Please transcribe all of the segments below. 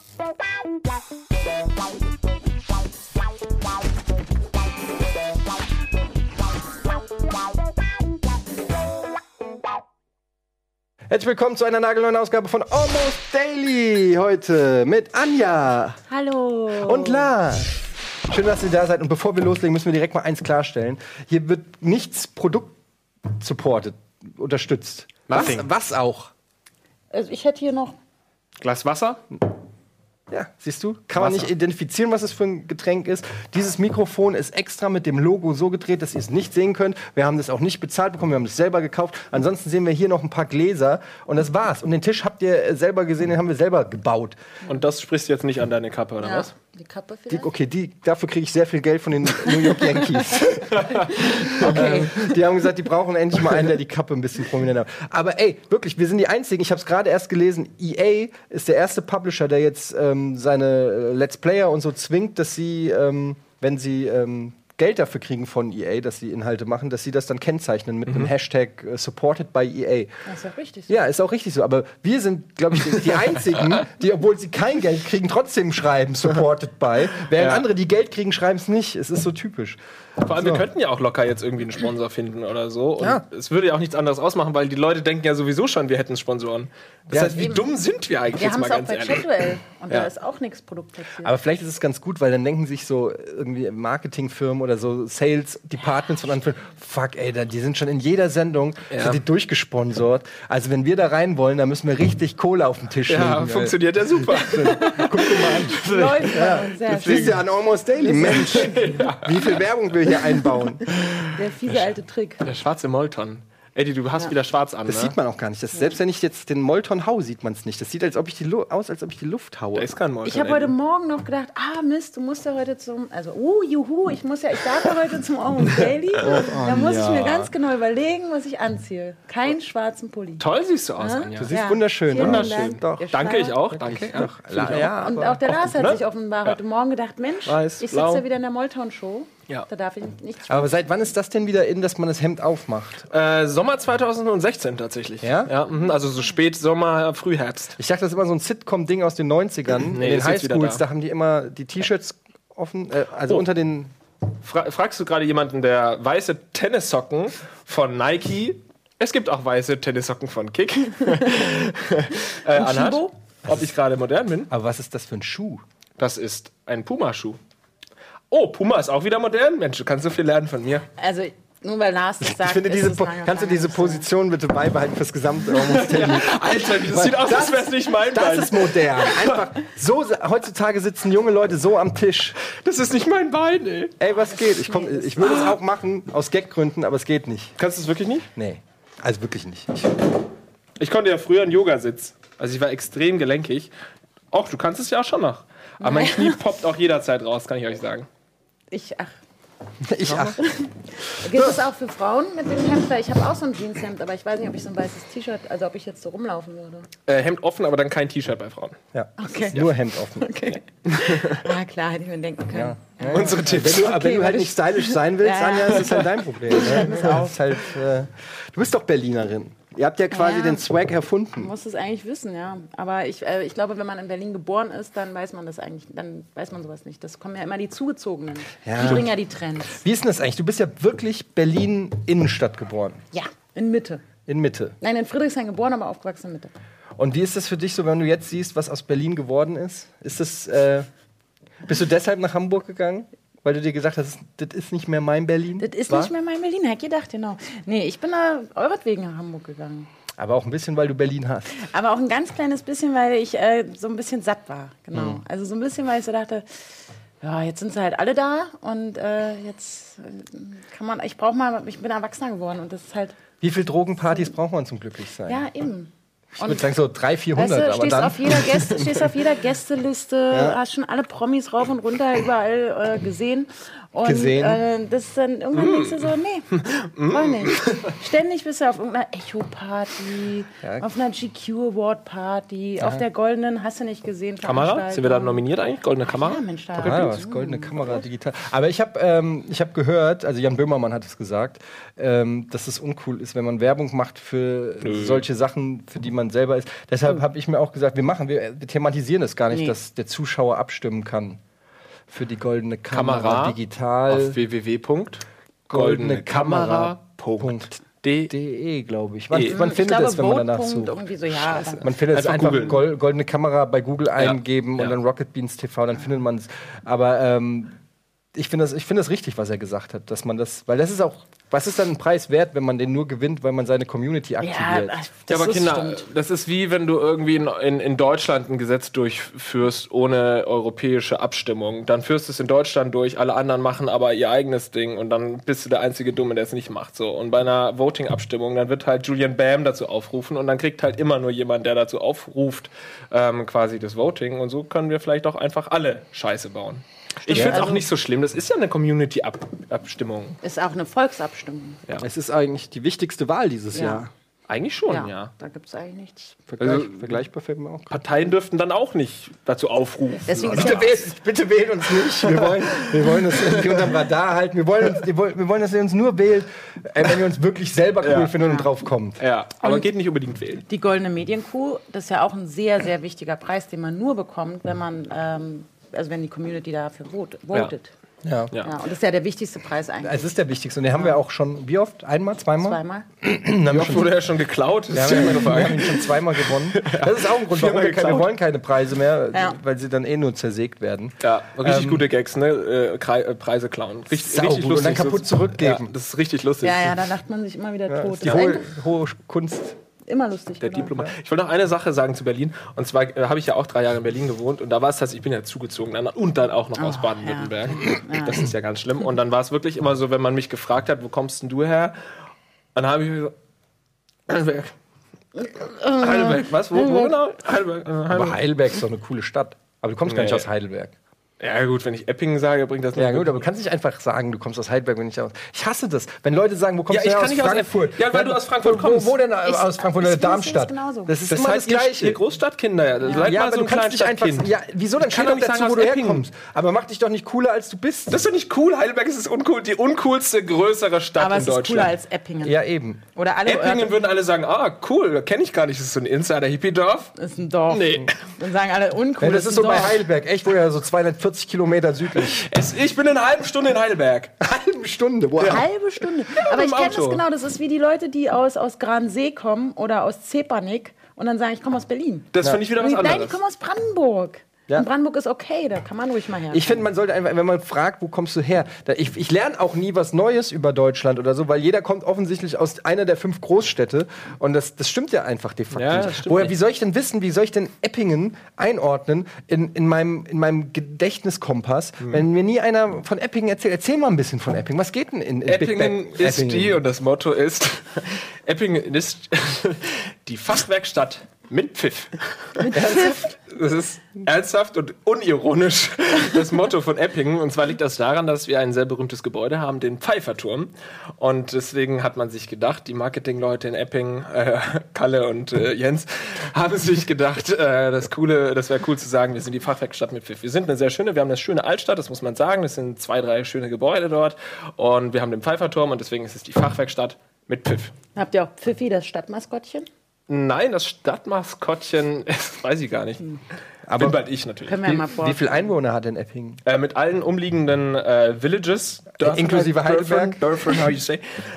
Herzlich willkommen zu einer nagelneuen Ausgabe von Almost Daily. Heute mit Anja. Hallo. Und Lars. Schön, dass ihr da seid. Und bevor wir loslegen, müssen wir direkt mal eins klarstellen. Hier wird nichts Produkt-supported, unterstützt. Was auch? Also ich hätte hier noch... Glas Wasser? Ja, siehst du? Kann man nicht identifizieren, was es für ein Getränk ist. Dieses Mikrofon ist extra mit dem Logo so gedreht, dass ihr es nicht sehen könnt. Wir haben das auch nicht bezahlt bekommen, wir haben es selber gekauft. Ansonsten sehen wir hier noch ein paar Gläser und das war's. Und den Tisch habt ihr selber gesehen, den haben wir selber gebaut. Und das sprichst du jetzt nicht an deine Kappe, oder was? Die Kappe vielleicht? Dafür kriege ich sehr viel Geld von den New York Yankees. Okay. Die haben gesagt, die brauchen endlich mal einen, der die Kappe ein bisschen prominenter hat. Aber ey, wirklich, wir sind die Einzigen. Ich habe es gerade erst gelesen. EA ist der erste Publisher, der jetzt seine Let's Player und so zwingt, dass sie, wenn sie Geld dafür kriegen von EA, dass sie Inhalte machen, dass sie das dann kennzeichnen mit einem Hashtag supported by EA. Das ist auch richtig so. Ja, ist auch richtig so. Aber wir sind, glaube ich, die Einzigen, die, obwohl sie kein Geld kriegen, trotzdem schreiben supported by. Während andere, die Geld kriegen, schreiben es nicht. Es ist so typisch. Vor allem, wir könnten ja auch locker jetzt irgendwie einen Sponsor finden oder so. Und es würde ja auch nichts anderes ausmachen, weil die Leute denken ja sowieso schon, wir hätten Sponsoren. Das heißt, wie dumm sind wir eigentlich jetzt mal ganz ehrlich? Wir haben es auch bei Chatwell und da ist auch nichts produktplatziert. Aber vielleicht ist es ganz gut, weil dann denken sich so irgendwie Marketingfirmen oder so Sales-Departments von Anfang, fuck ey, die sind schon in jeder Sendung sind die durchgesponsort. Also wenn wir da rein wollen, dann müssen wir richtig Kohle auf den Tisch legen. Ja, funktioniert ja super. Guck dir mal an. Läuft bei uns, sehr Das siehst du ja an Almost Daily. Mensch, wie viel Werbung wir hier einbauen. Der fiese alte Trick. Der schwarze Molton. Eddie, du hast wieder schwarz an, Das ne? sieht man auch gar nicht. Selbst wenn ich jetzt den Molton hau, sieht man es nicht. Das sieht aus, als ob ich die Luft haue. Da ist kein Molton. Ich habe heute Morgen noch gedacht, Mist, du musst ja heute ich darf ja heute zum Almost Daily. Da muss ich mir ganz genau überlegen, was ich anziehe. Keinen schwarzen Pulli. Toll siehst du aus, Anja. Du siehst wunderschön. Vielen Wunderschön. Dank. Doch. Danke, ich auch. Danke. Ja, Und auch der Lars hat ne? sich offenbar heute Morgen gedacht, Mensch, Weiß, ich blau. sitze ja wieder in der Molton-Show. Ja. Da darf ich nichts Aber seit wann ist das denn wieder in, dass man das Hemd aufmacht? Sommer 2016 tatsächlich. Ja? Also so spät Sommer, Frühherbst. Ich dachte, das ist immer so ein Sitcom-Ding aus den 90ern. Nee, in den ist jetzt wieder Highschools, da. da haben die immer die T-Shirts offen, also Oh. unter den... Fragst du gerade jemanden, der weiße Tennissocken von Nike, es gibt auch weiße Tennissocken von Kick, anhat, Chibo? ob ich gerade modern bin? Aber was ist das für ein Schuh? Das ist ein Puma-Schuh. Oh, Puma ist auch wieder modern? Mensch, du kannst so viel lernen von mir. Also, nur weil Lars das sagt, Ich finde, ist es lange kannst du diese Zeit. Position bitte beibehalten fürs gesamte Almost Daily? Alter, das sieht aus, als wäre es nicht mein Das Bein. ist modern. Einfach so, heutzutage sitzen junge Leute so am Tisch. Das ist nicht mein Bein, ey. Ey, was geht? Ich würde es auch machen, aus Gaggründen, aber es geht nicht. Kannst du es wirklich nicht? Nee, also wirklich nicht. Ich konnte ja früher einen Yogasitz. Also ich war extrem gelenkig. Och, du kannst es ja auch schon noch. Aber mein Knie poppt auch jederzeit raus, kann ich euch sagen. Gibt es auch für Frauen mit dem Hemd? Weil ich habe auch so ein Jeanshemd, aber ich weiß nicht, ob ich so ein weißes T-Shirt, also ob ich jetzt so rumlaufen würde. Hemd offen, aber dann kein T-Shirt bei Frauen. Ja, Okay. nur Hemd offen. Okay. Klar, hätte ich mir denken können. Ja. Unsere Tipps. Wenn du halt nicht stylisch sein willst, Ja. Anja, ist das halt dein Problem. Ne? Das ist halt, du bist doch Berlinerin. Ihr habt ja quasi Ja. den Swag Man erfunden. muss es eigentlich wissen, ja. Aber ich glaube, wenn man in Berlin geboren ist, dann weiß man das eigentlich, dann weiß man sowas nicht. Das kommen ja immer die Zugezogenen. Ja. Die bringen ja die Trends. Wie ist denn das eigentlich? Du bist ja wirklich Berlin-Innenstadt geboren. Ja, in Mitte. In Mitte. Nein, in Friedrichshain geboren, aber aufgewachsen in Mitte. Und wie ist das für dich so, wenn du jetzt siehst, was aus Berlin geworden ist? Ist das, bist du deshalb nach Hamburg gegangen? Weil du dir gesagt hast, das ist nicht mehr mein Berlin? Das ist War? nicht mehr mein Berlin, hätte ich gedacht, genau. Nee, ich bin da euretwegen nach Hamburg gegangen. Aber auch ein bisschen, weil du Berlin hast. Aber auch ein ganz kleines bisschen, weil ich so ein bisschen satt war. Genau. Also so ein bisschen, weil ich so dachte, ja, jetzt sind sie halt alle da und jetzt kann man, ich bin erwachsener geworden und das ist halt, Wie viele Drogenpartys braucht man zum Glücklichsein? ja, eben. Ich würde sagen so 300, 400, Weißt du, aber stehst dann... auf jeder Gästeliste, hast schon alle Promis rauf und runter überall gesehen Und das ist dann irgendwann denkst du so, nee, wollen nicht. Ständig bist du auf irgendeiner Echo-Party, auf einer GQ Award-Party, auf der goldenen, hast du nicht gesehen, Kamera? Sind wir da nominiert eigentlich? Goldene Kamera? Ja, Mensch, was goldene Kamera digital. Aber ich hab gehört, also Jan Böhmermann hat es gesagt, dass es uncool ist, wenn man Werbung macht für solche Sachen, für die man selber ist. Deshalb habe ich mir auch gesagt, wir thematisieren es gar nicht, dass der Zuschauer abstimmen kann für die goldene Kamera digital. Auf www.goldenekamera.de, glaube ich. Man findet es, wenn man danach sucht. So, man findet es einfach goldene Kamera bei Google eingeben und dann Rocket Beans TV, dann findet man es. Aber ich finde das richtig, was er gesagt hat, dass man das, weil das ist auch, was ist dann ein Preis wert, wenn man den nur gewinnt, weil man seine Community aktiviert? Ja, aber Kinder, das ist wie wenn du irgendwie in Deutschland ein Gesetz durchführst ohne europäische Abstimmung. Dann führst du es in Deutschland durch, alle anderen machen aber ihr eigenes Ding und dann bist du der einzige Dumme, der es nicht macht. So. Und bei einer Voting-Abstimmung, dann wird halt Julian Bam dazu aufrufen und dann kriegt halt immer nur jemand, der dazu aufruft, quasi das Voting. Und so können wir vielleicht auch einfach alle Scheiße bauen. Ich finde es auch nicht so schlimm. Das ist ja eine Community-Abstimmung. Ist auch eine Volksabstimmung. Ja. Es ist eigentlich die wichtigste Wahl dieses Jahr. Eigentlich schon, ja. Da gibt es eigentlich nichts. Vergleichbar fällt mir auch. Parteien dürften dann auch nicht dazu aufrufen. Deswegen bitte wählt uns nicht. Wir wollen das irgendwie unterm Radar halten. Wir wollen, dass ihr uns nur wählt, wenn ihr uns wirklich selber cool findet und drauf kommt. Ja, aber geht nicht unbedingt wählen. Die Goldene Medienkuh, das ist ja auch ein sehr, sehr wichtiger Preis, den man nur bekommt, wenn man wenn die Community dafür votet. Ja. Und das ist ja der wichtigste Preis eigentlich. Es ist der wichtigste. Und den haben wir auch schon, wie oft? Einmal? Zweimal? Zweimal. Wie oft wurde er schon geklaut? Wir haben ihn schon zweimal gewonnen. Das ist auch ein Grund, warum wir wollen keine Preise mehr, weil sie dann nur zersägt werden. Ja, richtig gute Gags, ne? Preise klauen. Richtig lustig. Und dann kaputt zurückgeben. Das ist richtig lustig. Ja, da lacht man sich immer wieder tot. Die hohe Kunst. Immer lustig. Der Diplomat. Ich wollte noch eine Sache sagen zu Berlin. Und zwar habe ich ja auch 3 Jahre in Berlin gewohnt. Und da war es tatsächlich, ich bin ja zugezogen. Und dann auch noch aus Baden-Württemberg. Ja. Das ist ja ganz schlimm. Und dann war es wirklich immer so, wenn man mich gefragt hat, wo kommst denn du her? Dann habe ich gesagt, Heidelberg. Heidelberg. Was? Wo genau? Heidelberg. Aber Heidelberg ist doch eine coole Stadt. Aber du kommst gar nicht aus Heidelberg. Ja gut, wenn ich Eppingen sage, bringt das nicht. Ja gut, aber du kannst nicht einfach sagen, du kommst aus Heidelberg, wenn ich aus. Ich hasse das, wenn Leute sagen, wo kommst du her? Aus Frankfurt. Ja, weil du aus Frankfurt kommst. Wo denn aus Frankfurt oder Darmstadt? Das ist immer das Gleiche. Ihr Großstadtkinder. Ja, aber du kannst nicht einfach. Ja, wieso dann steht doch dazu, wo du herkommst? Aber mach dich doch nicht cooler, als du bist. Das ist doch nicht cool. Heidelberg ist die uncoolste größere Stadt in Deutschland. Aber es ist cooler als Eppingen. Ja, eben. Oder alle Eppingen würden alle sagen, cool, kenne ich gar nicht. Das ist so ein Insider-Hippie-Dorf. Das ist ein Dorf. Nee. Dann sagen alle uncool. Ja, das ist so bei Heidelberg. Echt, wo ja so 240 Kilometer südlich. Ich bin in einer halben Stunde in Heidelberg. Halbe Stunde? Wow. Halbe Stunde. Aber ich kenne das genau. Das ist wie die Leute, die aus Gransee kommen oder aus Zepanik und dann sagen, ich komme aus Berlin. Das finde ich wieder was anderes. Nein, ich komme aus Brandenburg. Ja. Und Brandenburg ist okay, da kann man ruhig mal her. Ich finde, man sollte einfach, wenn man fragt, wo kommst du her? Ich lerne auch nie was Neues über Deutschland oder so, weil jeder kommt offensichtlich aus einer der 5 Großstädte und das stimmt ja einfach de facto nicht. Wie soll ich denn wissen, wie soll ich denn Eppingen einordnen in meinem Gedächtniskompass, wenn mir nie einer von Eppingen erzählt? Erzähl mal ein bisschen von Eppingen. Was geht denn in Eppingen ist Eppingen? Und das Motto ist, Eppingen ist die Fachwerkstatt mit Pfiff. Mit Pfiff? Das ist ernsthaft und unironisch das Motto von Eppingen. Und zwar liegt das daran, dass wir ein sehr berühmtes Gebäude haben, den Pfeifferturm. Und deswegen hat man sich gedacht, die Marketingleute in Eppingen, Kalle und Jens, haben sich gedacht, das wäre cool zu sagen, wir sind die Fachwerkstatt mit Pfiff. Wir sind wir haben eine schöne Altstadt, das muss man sagen. Es sind 2, 3 schöne Gebäude dort. Und wir haben den Pfeifferturm und deswegen ist es die Fachwerkstatt mit Pfiff. Habt ihr auch Pfiffi, das Stadtmaskottchen? Nein, das Stadtmaskottchen, das weiß ich gar nicht. Aber bin bald ich natürlich. Können wir mal vor. Wie viele Einwohner hat denn Eppingen? Mit allen umliegenden Villages, inklusive Heidelberg, Dörfern, how you say,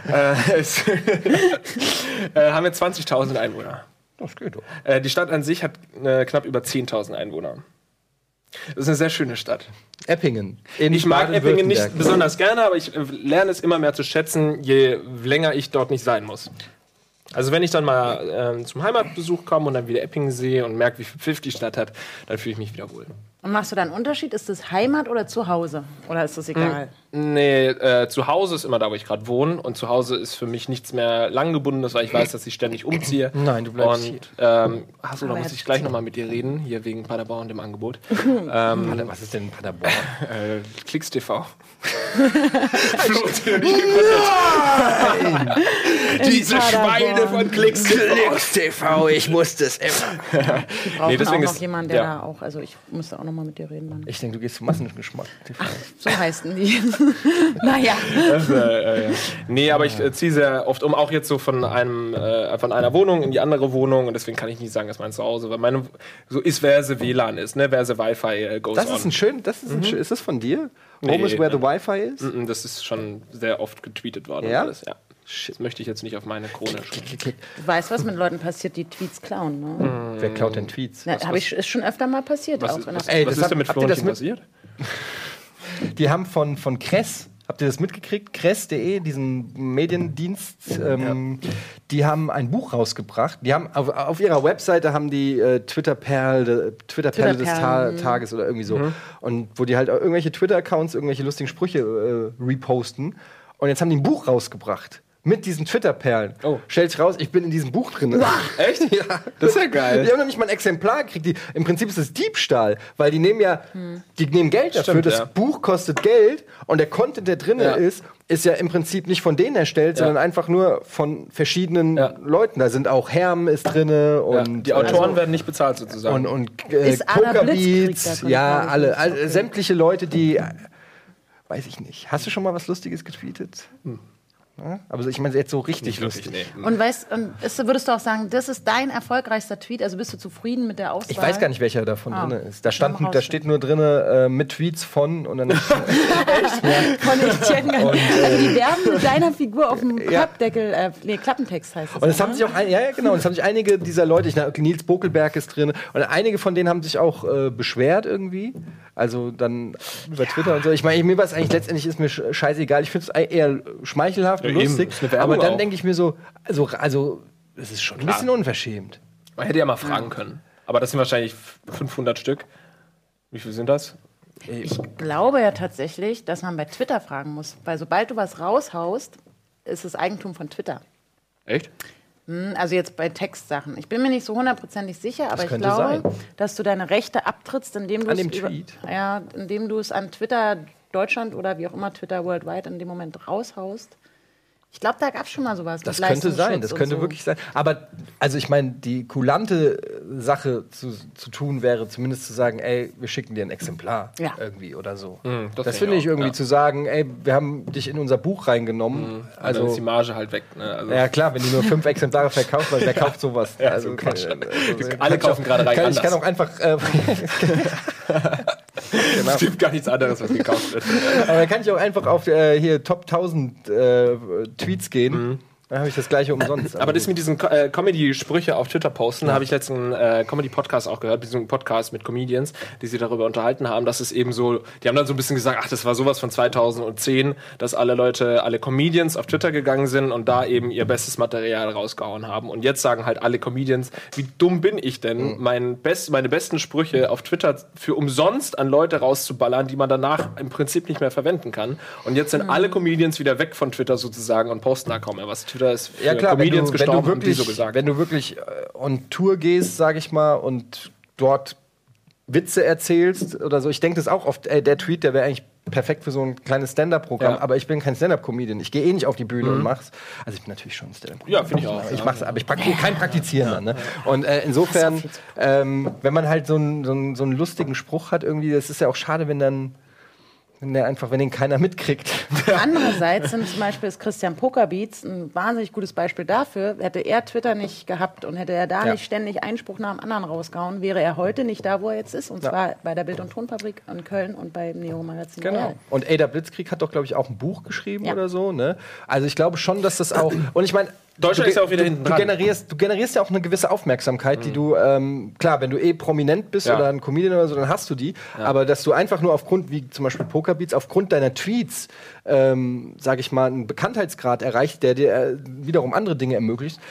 haben wir 20.000 Einwohner. Das geht doch. Die Stadt an sich hat knapp über 10.000 Einwohner. Das ist eine sehr schöne Stadt. Eppingen. Ich mag Eppingen nicht besonders gerne, aber ich lerne es immer mehr zu schätzen, je länger ich dort nicht sein muss. Also wenn ich dann mal zum Heimatbesuch komme und dann wieder Eppingen sehe und merke, wie viel Pfiff die Stadt hat, dann fühle ich mich wieder wohl. Und machst du da einen Unterschied? Ist das Heimat oder zu Hause? Oder ist das egal? Nee, zu Hause ist immer da, wo ich gerade wohne. Und zu Hause ist für mich nichts mehr langgebundenes, weil ich weiß, dass ich ständig umziehe. Nein, du bleibst hier. Da muss ich gleich nochmal mit dir reden, hier wegen Paderborn und dem Angebot. Was ist denn Paderborn? Klicks TV. Diese Schweine von Klicks TV, ich musste es immer. Die brauchen auch noch jemanden, der da auch, also ich musste auch noch mal mit dir reden. Dann. Ich denke, du gehst zum Massengeschmack. Ach, so heißen die. Naja. Nee, aber ich ziehe sehr oft um, auch jetzt so von einer Wohnung in die andere Wohnung, und deswegen kann ich nicht sagen, dass mein Zuhause, weil meine so ist, wer the WLAN ist, ne, wer the Wi-Fi goes Das on. ist ein schön, ist das von dir? Home is where the Wi-Fi is? Das ist schon sehr oft getweetet worden. Ja? Und alles, ja. Das möchte ich jetzt nicht auf meine Krone schreiben. Du weißt, was mit Leuten passiert, die Tweets klauen, ne? Wer klaut denn Tweets? Ist schon öfter mal passiert. Was auch ist das denn mit habt ihr das Florentin passiert? Die haben von Kress, habt ihr das mitgekriegt? Kress.de, diesen Mediendienst, die haben ein Buch rausgebracht. Die haben auf ihrer Webseite haben die Twitter-Perle des Tages oder irgendwie so. Und wo die halt auch irgendwelche Twitter-Accounts irgendwelche lustigen Sprüche reposten. Und jetzt haben die ein Buch rausgebracht. Mit diesen Twitter-Perlen. Oh. Stellt sich raus, ich bin in diesem Buch drin. Echt? Ja. Das ist ja geil. Die haben noch nicht mal ein Exemplar gekriegt. Im Prinzip ist es Diebstahl, weil die nehmen die nehmen Geld dafür. Stimmt, das Buch kostet Geld und der Content, der drin ist ja im Prinzip nicht von denen erstellt, sondern einfach nur von verschiedenen Leuten. Da sind auch Herm ist drin und die Autoren werden nicht bezahlt sozusagen. und Pokerbeats, alle sämtliche Leute, die weiß ich nicht. Hast du schon mal was Lustiges getweetet? Ja? Aber ich meine jetzt so richtig lustig. Nee. Und würdest du auch sagen, das ist dein erfolgreichster Tweet? Also bist du zufrieden mit der Auswahl? Ich weiß gar nicht, welcher davon drin ist. Da steht nur drin mit Tweets von und dann Echt? Von Etienne. Also die werben mit deiner Figur auf dem Klappdeckel, Klappentext heißt es. Und es haben sich auch genau, es haben sich einige dieser Leute, Nils Bokelberg ist drin, und einige von denen haben sich auch beschwert irgendwie. Also dann über Twitter und so. Ich meine, mir war es eigentlich letztendlich ist mir scheißegal. Ich finde es eher schmeichelhaft und lustig. Aber dann denke ich mir so, es ist schon ein bisschen unverschämt. Man hätte ja mal fragen können. Aber das sind wahrscheinlich 500 Stück. Wie viel sind das? Ich glaube ja tatsächlich, dass man bei Twitter fragen muss. Weil sobald du was raushaust, ist es Eigentum von Twitter. Echt? Also jetzt bei Textsachen. Ich bin mir nicht so hundertprozentig sicher, aber ich glaube, dass du deine Rechte abtrittst, indem du es an Twitter Deutschland oder wie auch immer Twitter Worldwide in dem Moment raushaust. Ich glaube, da gab es schon mal sowas. Das könnte sein, das könnte wirklich sein. Aber, also ich meine, die kulante Sache zu tun wäre zumindest zu sagen, ey, wir schicken dir ein Exemplar irgendwie oder so. Das finde ich irgendwie zu sagen, ey, wir haben dich in unser Buch reingenommen. Also dann ist die Marge halt weg. Ne? Also ja klar, wenn die nur 5 Exemplare verkauft, weil wer kauft sowas? Ja, also alle kaufen gerade rein. Ich kann auch einfach... Es gibt gar nichts anderes, was gekauft wird. Aber dann kann ich auch einfach auf hier Top 1000 Tweets gehen. Dann habe ich das gleiche umsonst. Aber das mit diesen Comedy-Sprüche auf Twitter posten, habe ich letzten Comedy-Podcast auch gehört, diesen Podcast mit Comedians, die sich darüber unterhalten haben, dass es eben so, die haben dann so ein bisschen gesagt, ach, das war sowas von 2010, dass alle Comedians auf Twitter gegangen sind und da eben ihr bestes Material rausgehauen haben. Und jetzt sagen halt alle Comedians, wie dumm bin ich denn, meine besten Sprüche auf Twitter für umsonst an Leute rauszuballern, die man danach im Prinzip nicht mehr verwenden kann. Und jetzt sind alle Comedians wieder weg von Twitter sozusagen und posten da kaum mehr was. Twitter ist für Comedians gestorben, haben die so gesagt. Wenn du wirklich on Tour gehst, sag ich mal, und dort Witze erzählst oder so, ich denke das auch oft, der Tweet, der wäre eigentlich perfekt für so ein kleines Stand-Up-Programm, aber ich bin kein Stand-Up-Comedian. Ich gehe nicht auf die Bühne und mach's. Also ich bin natürlich schon ein Stand-Up-Comedian. Ja, finde ich auch. Ich mach's, aber ich bin kein Praktizierender. Ne? Und insofern, wenn man halt so einen lustigen Spruch hat, irgendwie, das ist ja auch schade, wenn den keiner mitkriegt. Andererseits sind zum Beispiel ist Christian Pokerbeats ein wahnsinnig gutes Beispiel dafür. Hätte er Twitter nicht gehabt und hätte er da nicht ständig Einspruch nach dem anderen rausgehauen, wäre er heute nicht da, wo er jetzt ist. Und zwar bei der Bild- und Tonfabrik in Köln und beim Neo-Magazin. Genau. Und Ada Blitzkrieg hat doch, glaube ich, auch ein Buch geschrieben oder so. Ne? Also ich glaube schon, dass das auch... Und ich meine, Deutschland ist ja auch wieder hinten dran. Du generierst ja auch eine gewisse Aufmerksamkeit, die du, klar, wenn du prominent bist oder ein Comedian oder so, dann hast du die. Ja. Aber dass du einfach nur aufgrund, wie zum Beispiel Pokerbeats, aufgrund deiner Tweets, sage ich mal, einen Bekanntheitsgrad erreicht, der dir wiederum andere Dinge ermöglicht,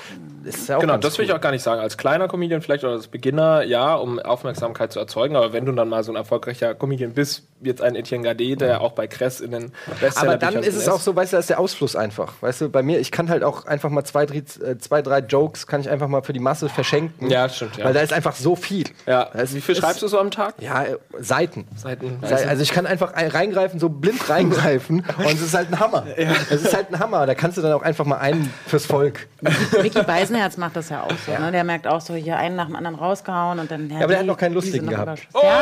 ist ja auch Genau, ganz das will ich auch gar nicht sagen. Als kleiner Comedian vielleicht oder als Beginner, ja, um Aufmerksamkeit zu erzeugen. Aber wenn du dann mal so ein erfolgreicher Comedian bist, jetzt ein Etienne Gardet, der auch bei Kress in den Bestseller. Aber dann ist es auch so, weißt du, da ist der Ausfluss einfach. Weißt du, bei mir, ich kann halt auch einfach mal zwei, drei Jokes kann ich einfach mal für die Masse verschenken. Ja, stimmt. Ja. Weil da ist einfach so viel. Ja. Wie viel schreibst du so am Tag? Ja, Seiten. Seiten. Also ich kann einfach reingreifen, so blind reingreifen und es ist halt ein Hammer. Es ist halt ein Hammer. Da kannst du dann auch einfach mal einen fürs Volk. Micky Beisenherz macht das ja auch so. Ne? Der merkt auch so, hier einen nach dem anderen rausgehauen und dann... Ja, aber der hat noch keinen lustigen gehabt.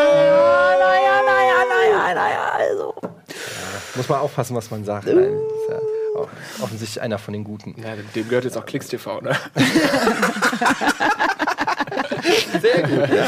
Naja, also... Muss man aufpassen, was man sagt. Nein, das ist ja auch offensichtlich einer von den Guten. Ja, dem gehört jetzt auch Klicks TV, ne? Sehr gut, ja.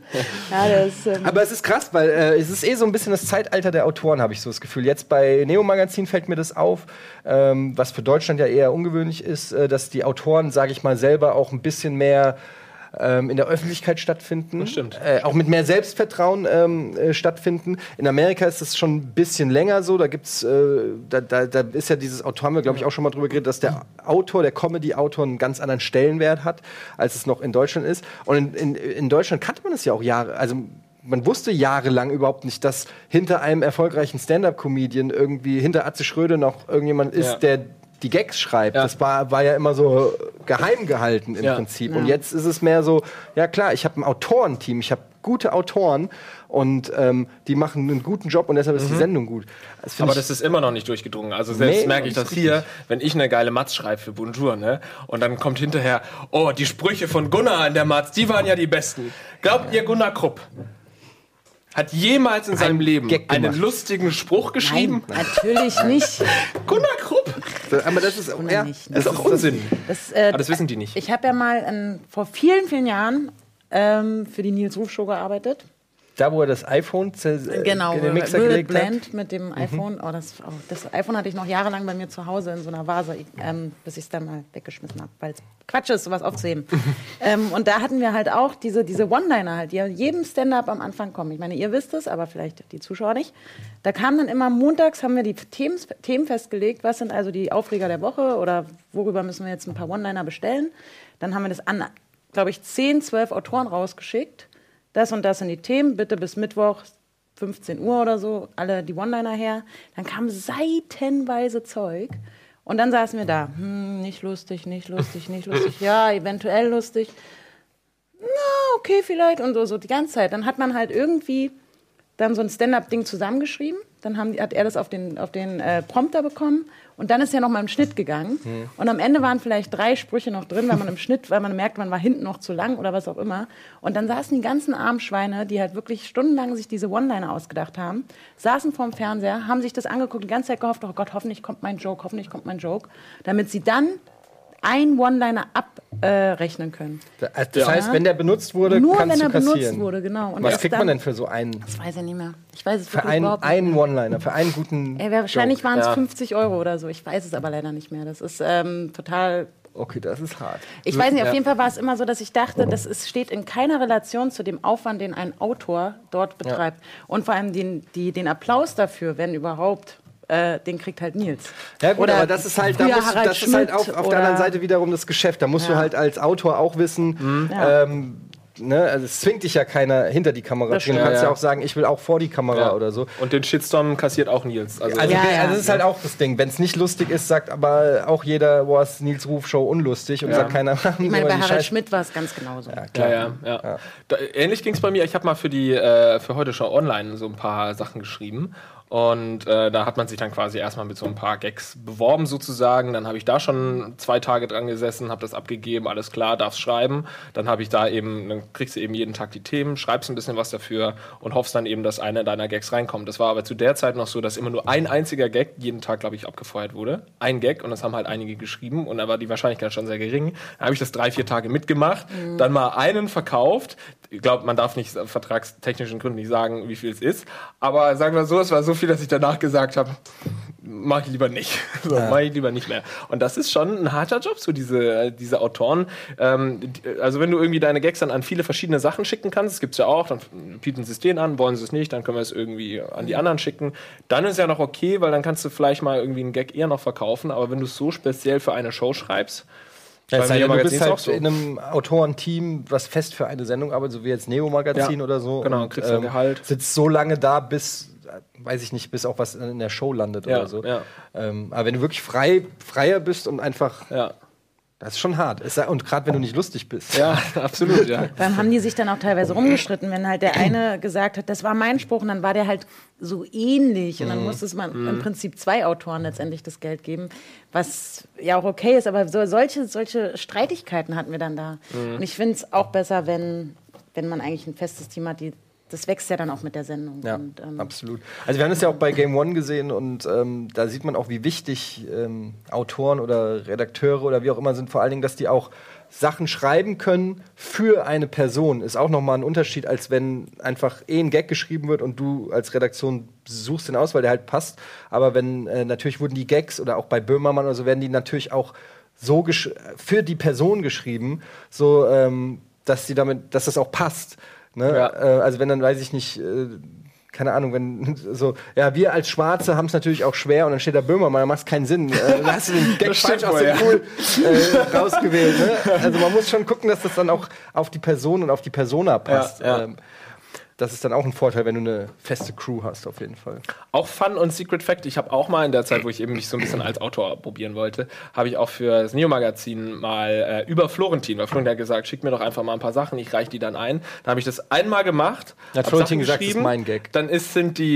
Ja, das, aber es ist krass, weil es ist so ein bisschen das Zeitalter der Autoren, habe ich so das Gefühl. Jetzt bei Neo Magazin fällt mir das auf, was für Deutschland ja eher ungewöhnlich ist, dass die Autoren, sage ich mal, selber auch ein bisschen mehr in der Öffentlichkeit stattfinden. Das stimmt. Auch mit mehr Selbstvertrauen stattfinden. In Amerika ist das schon ein bisschen länger so. Da gibt's, da ist ja dieses Autor, haben wir, glaube ich, auch schon mal drüber geredet, dass der Autor, der Comedy-Autor einen ganz anderen Stellenwert hat, als es noch in Deutschland ist. Und in Deutschland kannte man es ja auch Jahre, also man wusste jahrelang überhaupt nicht, dass hinter einem erfolgreichen Stand-Up-Comedian irgendwie, hinter Atze Schröder noch irgendjemand ist, der die Gags schreibt. Ja. Das war ja immer so geheim gehalten im Prinzip. Und jetzt ist es mehr so, ja klar, ich habe ein Autorenteam, ich habe gute Autoren und die machen einen guten Job und deshalb ist die Sendung gut. Aber das ist immer noch nicht durchgedrungen. Also selbst merke ich das hier, wenn ich eine geile Matz schreibe für Bonjour, ne? Und dann kommt hinterher, oh, die Sprüche von Gunnar in der Matz, die waren ja die besten. Glaubt ihr, Gunnar Krupp hat jemals in seinem Leben einen lustigen Spruch geschrieben? Nein, natürlich nicht. Gunnar Krupp? Aber das ist, das ist auch Unsinn. Das wissen die nicht. Ich habe ja mal vor vielen, vielen Jahren für die Nils Ruf Show gearbeitet. Da, wo er das iPhone in den Mixer gelegt Blend mit dem iPhone. Oh, das iPhone hatte ich noch jahrelang bei mir zu Hause in so einer Vase, bis ich es dann mal weggeschmissen habe, weil es Quatsch ist, sowas aufzuheben. Und da hatten wir halt auch diese One-Liner halt, die an jedem Stand-Up am Anfang kommen. Ich meine, ihr wisst es, aber vielleicht die Zuschauer nicht. Da kamen dann immer montags, haben wir die Themen festgelegt, was sind also die Aufreger der Woche oder worüber müssen wir jetzt ein paar One-Liner bestellen. Dann haben wir das an, glaube ich, 10, 12 Autoren rausgeschickt. Das und das sind die Themen, bitte bis Mittwoch 15 Uhr oder so, alle die One-Liner her. Dann kam seitenweise Zeug und dann saßen wir da. Nicht lustig, ja, eventuell lustig. Na, okay, vielleicht und so die ganze Zeit. Dann hat man halt irgendwie dann so ein Stand-Up-Ding zusammengeschrieben. Dann hat er das auf den Prompter bekommen. Und dann ist er noch mal im Schnitt gegangen. Und am Ende waren vielleicht 3 Sprüche noch drin, weil man merkt, man war hinten noch zu lang oder was auch immer. Und dann saßen die ganzen armen Schweine, die halt wirklich stundenlang sich diese One-Liner ausgedacht haben, saßen vorm Fernseher, haben sich das angeguckt, die ganze Zeit gehofft, oh Gott, hoffentlich kommt mein Joke, damit sie dann ein One-Liner abrechnen können. Das heißt, wenn der benutzt wurde, nur kannst wenn du er kassieren. benutzt wurde, genau. Und was kriegt man denn für so einen? Das weiß ich nicht mehr. Ich weiß es für wirklich überhaupt nicht einen mehr. One-Liner, für einen guten wahrscheinlich waren es 50 € oder so. Ich weiß es aber leider nicht mehr. Das ist total... Okay, das ist hart. Ich weiß nicht, auf jeden Fall war es immer so, dass ich dachte, steht in keiner Relation zu dem Aufwand, den ein Autor dort betreibt. Und vor allem den Applaus dafür, wenn überhaupt... den kriegt halt Nils. Ja gut, oder aber das ist halt, das ist halt auf der anderen Seite wiederum das Geschäft. Da musst du halt als Autor auch wissen, also es zwingt dich ja keiner hinter die Kamera zu gehen. Du kannst ja auch sagen, ich will auch vor die Kamera oder so. Und den Shitstorm kassiert auch Nils. Also das ist halt auch das Ding. Wenn es nicht lustig ist, sagt aber auch jeder, boah, ist Nils Ruf Show unlustig und sagt keiner. Ich meine, bei Harald Schmidt war es ganz genauso. Ja, klar. Ja. Ähnlich ging es bei mir. Ich habe mal für heute Show online so ein paar Sachen geschrieben. Und da hat man sich dann quasi erstmal mit so ein paar Gags beworben sozusagen. Dann habe ich da schon 2 Tage dran gesessen, habe das abgegeben, alles klar, darfst schreiben. Dann kriegst du eben jeden Tag die Themen, schreibst ein bisschen was dafür und hoffst dann eben, dass einer deiner Gags reinkommt. Das war aber zu der Zeit noch so, dass immer nur ein einziger Gag jeden Tag, glaube ich, abgefeuert wurde. Ein Gag und das haben halt einige geschrieben und da war die Wahrscheinlichkeit schon sehr gering. Dann habe ich das 3-4 Tage mitgemacht, dann mal einen verkauft. Ich glaube, man darf nicht aus vertragstechnischen Gründen nicht sagen, wie viel es ist. Aber sagen wir so, es war so viel, dass ich danach gesagt habe, mach ich lieber nicht. Mach ich lieber nicht mehr. Und das ist schon ein harter Job, so diese Autoren. Also wenn du irgendwie deine Gags dann an viele verschiedene Sachen schicken kannst, das gibt's ja auch, dann bieten sie es denen an, wollen sie es nicht, dann können wir es irgendwie an die anderen schicken. Dann ist ja noch okay, weil dann kannst du vielleicht mal irgendwie einen Gag eher noch verkaufen. Aber wenn du es so speziell für eine Show schreibst, Ja, Beim sei denn, du bist Neo-Magazin ist halt auch so. in einem Autorenteam, was fest für eine Sendung arbeitet, so wie jetzt Neo-Magazin Ja, oder so. genau, und, kriegst dann Gehalt. Sitzt so lange da, bis, weiß ich nicht, bis auch was in der Show landet Ja, oder so. ja. Aber wenn du wirklich freier bist und einfach, Ja. das ist schon hart. Und gerade wenn du nicht lustig bist. Ja, absolut, ja. Dann haben die sich dann auch teilweise rumgestritten, wenn halt der eine gesagt hat, das war mein Spruch, und dann war der halt so ähnlich. Und dann musste es man im Prinzip 2 Autoren letztendlich das Geld geben, was ja auch okay ist. Aber solche Streitigkeiten hatten wir dann da. Und ich finde es auch besser, wenn man eigentlich ein festes Team hat, das wächst ja dann auch mit der Sendung. Ja, Und, absolut. Also wir haben das ja auch bei Game One gesehen und da sieht man auch, wie wichtig Autoren oder Redakteure oder wie auch immer sind, vor allen Dingen, dass die auch Sachen schreiben können für eine Person. Ist auch nochmal ein Unterschied, als wenn einfach ein Gag geschrieben wird und du als Redaktion suchst den aus, weil der halt passt. Aber wenn, natürlich wurden die Gags oder auch bei Böhmermann oder so, werden die natürlich auch so für die Person geschrieben, so dass das auch passt. Ne? Ja. Also wenn dann, weiß ich nicht, keine Ahnung, wenn so, ja, wir als Schwarze haben es natürlich auch schwer und dann steht da Böhmermann, dann macht es keinen Sinn. Dann hast du den Gag falsch aus dem Pool rausgewählt. Ne? Also man muss schon gucken, dass das dann auch auf die Person und auf die Persona passt. Ja, ja. Das ist dann auch ein Vorteil, wenn du eine feste Crew hast, auf jeden Fall. Auch Fun und Secret Fact. Ich habe auch mal in der Zeit, wo ich eben mich so ein bisschen als Autor probieren wollte, habe ich auch für das Neo-Magazin mal über Florentin, weil Florentin hat gesagt, schick mir doch einfach mal ein paar Sachen, ich reiche die dann ein. Dann habe ich das einmal gemacht. Hat Florentin gesagt, das ist mein Gag. Dann das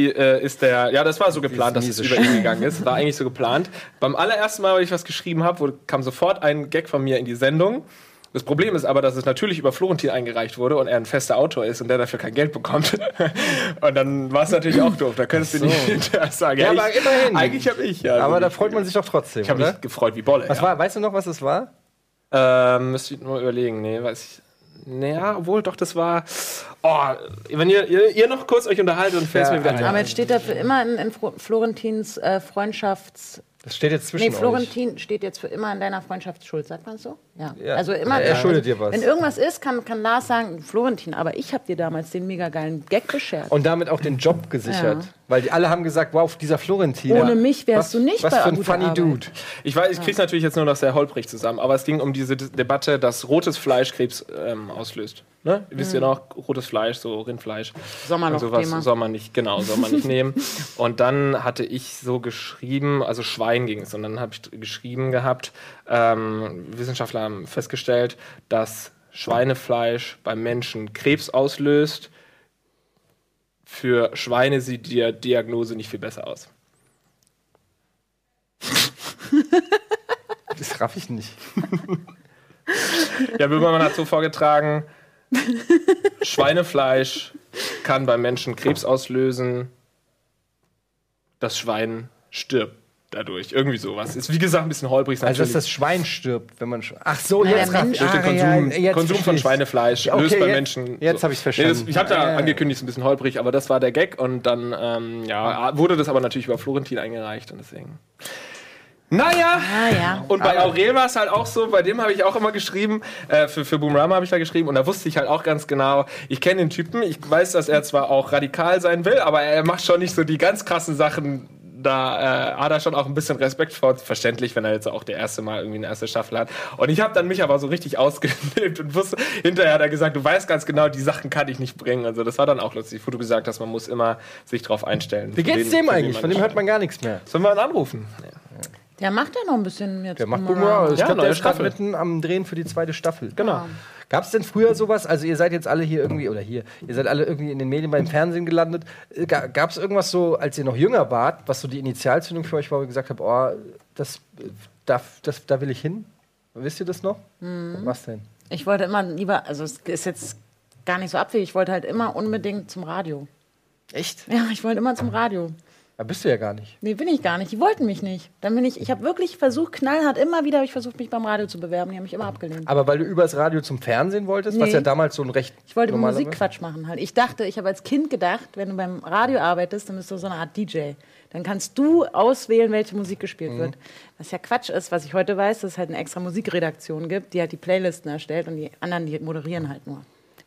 war so geplant, dass es über ihn gegangen ist. War eigentlich so geplant. Beim allerersten Mal, wo ich was geschrieben habe, kam sofort ein Gag von mir in die Sendung. Das Problem ist aber, dass es natürlich über Florentin eingereicht wurde und er ein fester Autor ist und der dafür kein Geld bekommt. Und dann war es natürlich auch doof. Da könntest du nicht hinterher sagen, Ja, aber immerhin. Eigentlich habe ich ja. Aber da freut man sich doch trotzdem, Ich habe oder? mich gefreut wie Bolle. Weißt du noch, was es war? Müsste ich nur überlegen. Nee, weiß ich. Naja, obwohl, doch, das war. Oh, wenn ihr noch kurz euch unterhaltet und fällt es mir wieder ein. aber jetzt steht da für immer in Florentins Freundschafts... Das steht jetzt zwischen Nee, Florentin steht jetzt für immer in deiner Freundschaftsschuld, sagt man so? Ja. Ja. Also immer. Er schuldet dir was. Wenn irgendwas ist, kann Lars sagen, Florentin, aber ich habe dir damals den mega geilen Gag beschert. Und damit auch den Job gesichert. Ja. Weil die alle haben gesagt, wow, dieser Florentin. Ohne mich wärst du nicht was bei für ein Gute funny Arbeit. Dude. Ich weiß, ich krieg's natürlich jetzt nur noch sehr holprig zusammen, aber es ging um diese Debatte, dass rotes Fleisch Krebs auslöst. Ne? Wisst ihr noch, rotes Fleisch, so Rindfleisch. Sommerloch-Thema. Soll man nicht nehmen. Und dann hatte ich so geschrieben, also Schwein ging es, und dann habe ich geschrieben gehabt, Wissenschaftler haben festgestellt, dass Schweinefleisch beim Menschen Krebs auslöst. Für Schweine sieht die Diagnose nicht viel besser aus. Das raff ich nicht. Ja, Böhmermann hat so vorgetragen, Schweinefleisch kann beim Menschen Krebs auslösen, das Schwein stirbt dadurch. Irgendwie sowas. Ist wie gesagt ein bisschen holprig. Also, dass das Schwein stirbt, wenn man. Ach so, Nein, jetzt der raff Mensch- ich. Durch den Konsum von versteh's. Schweinefleisch Ja, okay, löst bei jetzt- Menschen. jetzt hab ich's verstanden. Ich habe da Ja. angekündigt, es ist ein bisschen holprig, aber das war der Gag und dann wurde das aber natürlich über Florentin eingereicht und deswegen. Naja, ja. und bei Aurel war es halt auch so, bei dem habe ich auch immer geschrieben, für Boomrama habe ich da geschrieben und da wusste ich halt auch ganz genau, ich kenne den Typen, ich weiß, dass er zwar auch radikal sein will, aber er macht schon nicht so die ganz krassen Sachen, da hat er schon auch ein bisschen Respekt vor, verständlich, wenn er jetzt auch der erste Mal irgendwie eine erste Staffel hat. Und ich habe dann mich aber so richtig ausgelebt und wusste, hinterher hat er gesagt, du weißt ganz genau, die Sachen kann ich nicht bringen. Also das war dann auch lustig, wo du gesagt hast, man muss immer sich drauf einstellen. Wie geht's dem eigentlich? Von dem hört man gar nichts mehr. Sollen wir ihn anrufen? Der macht ja noch ein bisschen jetzt. Der macht Boomerang. Boomerang. Ich Ja, glaube, neue der ist gerade Staffel. mitten am Drehen für die zweite Staffel. Genau. Gab es denn früher sowas? Also ihr seid jetzt alle hier irgendwie, ihr seid alle irgendwie in den Medien beim Fernsehen gelandet. Gab es irgendwas so, als ihr noch jünger wart, was so die Initialzündung für euch war, wo ihr gesagt habt, oh, da will ich hin? Wisst ihr das noch? Was denn? Ich wollte immer lieber, also es ist jetzt gar nicht so abwegig, ich wollte halt immer unbedingt zum Radio. Echt? Ja, ich wollte immer zum Radio. Da bist du ja gar nicht. Nee, bin ich gar nicht. Die wollten mich nicht. Dann bin ich habe wirklich versucht, knallhart, immer wieder habe ich versucht, mich beim Radio zu bewerben. Die haben mich immer abgelehnt. Aber weil du übers Radio zum Fernsehen wolltest, was Nee. ja damals so ein recht Ich wollte normaler war? Musikquatsch machen halt. Ich habe als Kind gedacht, wenn du beim Radio arbeitest, dann bist du so eine Art DJ. Dann kannst du auswählen, welche Musik gespielt wird. Was ja Quatsch ist, was ich heute weiß, dass es halt eine extra Musikredaktion gibt, die halt die Playlisten erstellt und die anderen, die moderieren halt nur.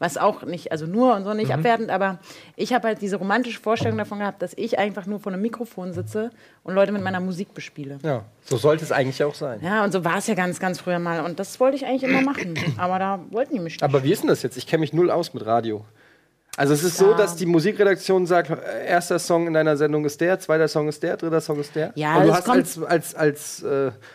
Was auch nicht, also nur und so nicht abwertend, aber ich habe halt diese romantische Vorstellung davon gehabt, dass ich einfach nur vor einem Mikrofon sitze und Leute mit meiner Musik bespiele. Ja, so sollte es eigentlich auch sein. Ja, und so war es ja ganz, ganz früher mal. Und das wollte ich eigentlich immer machen. Aber da wollten die mich nicht. Aber wie ist denn das jetzt? Ich kenne mich null aus mit Radio. Also es ist so, dass die Musikredaktion sagt, erster Song in deiner Sendung ist der, zweiter Song ist der, dritter Song ist der. Ja, und du das hast als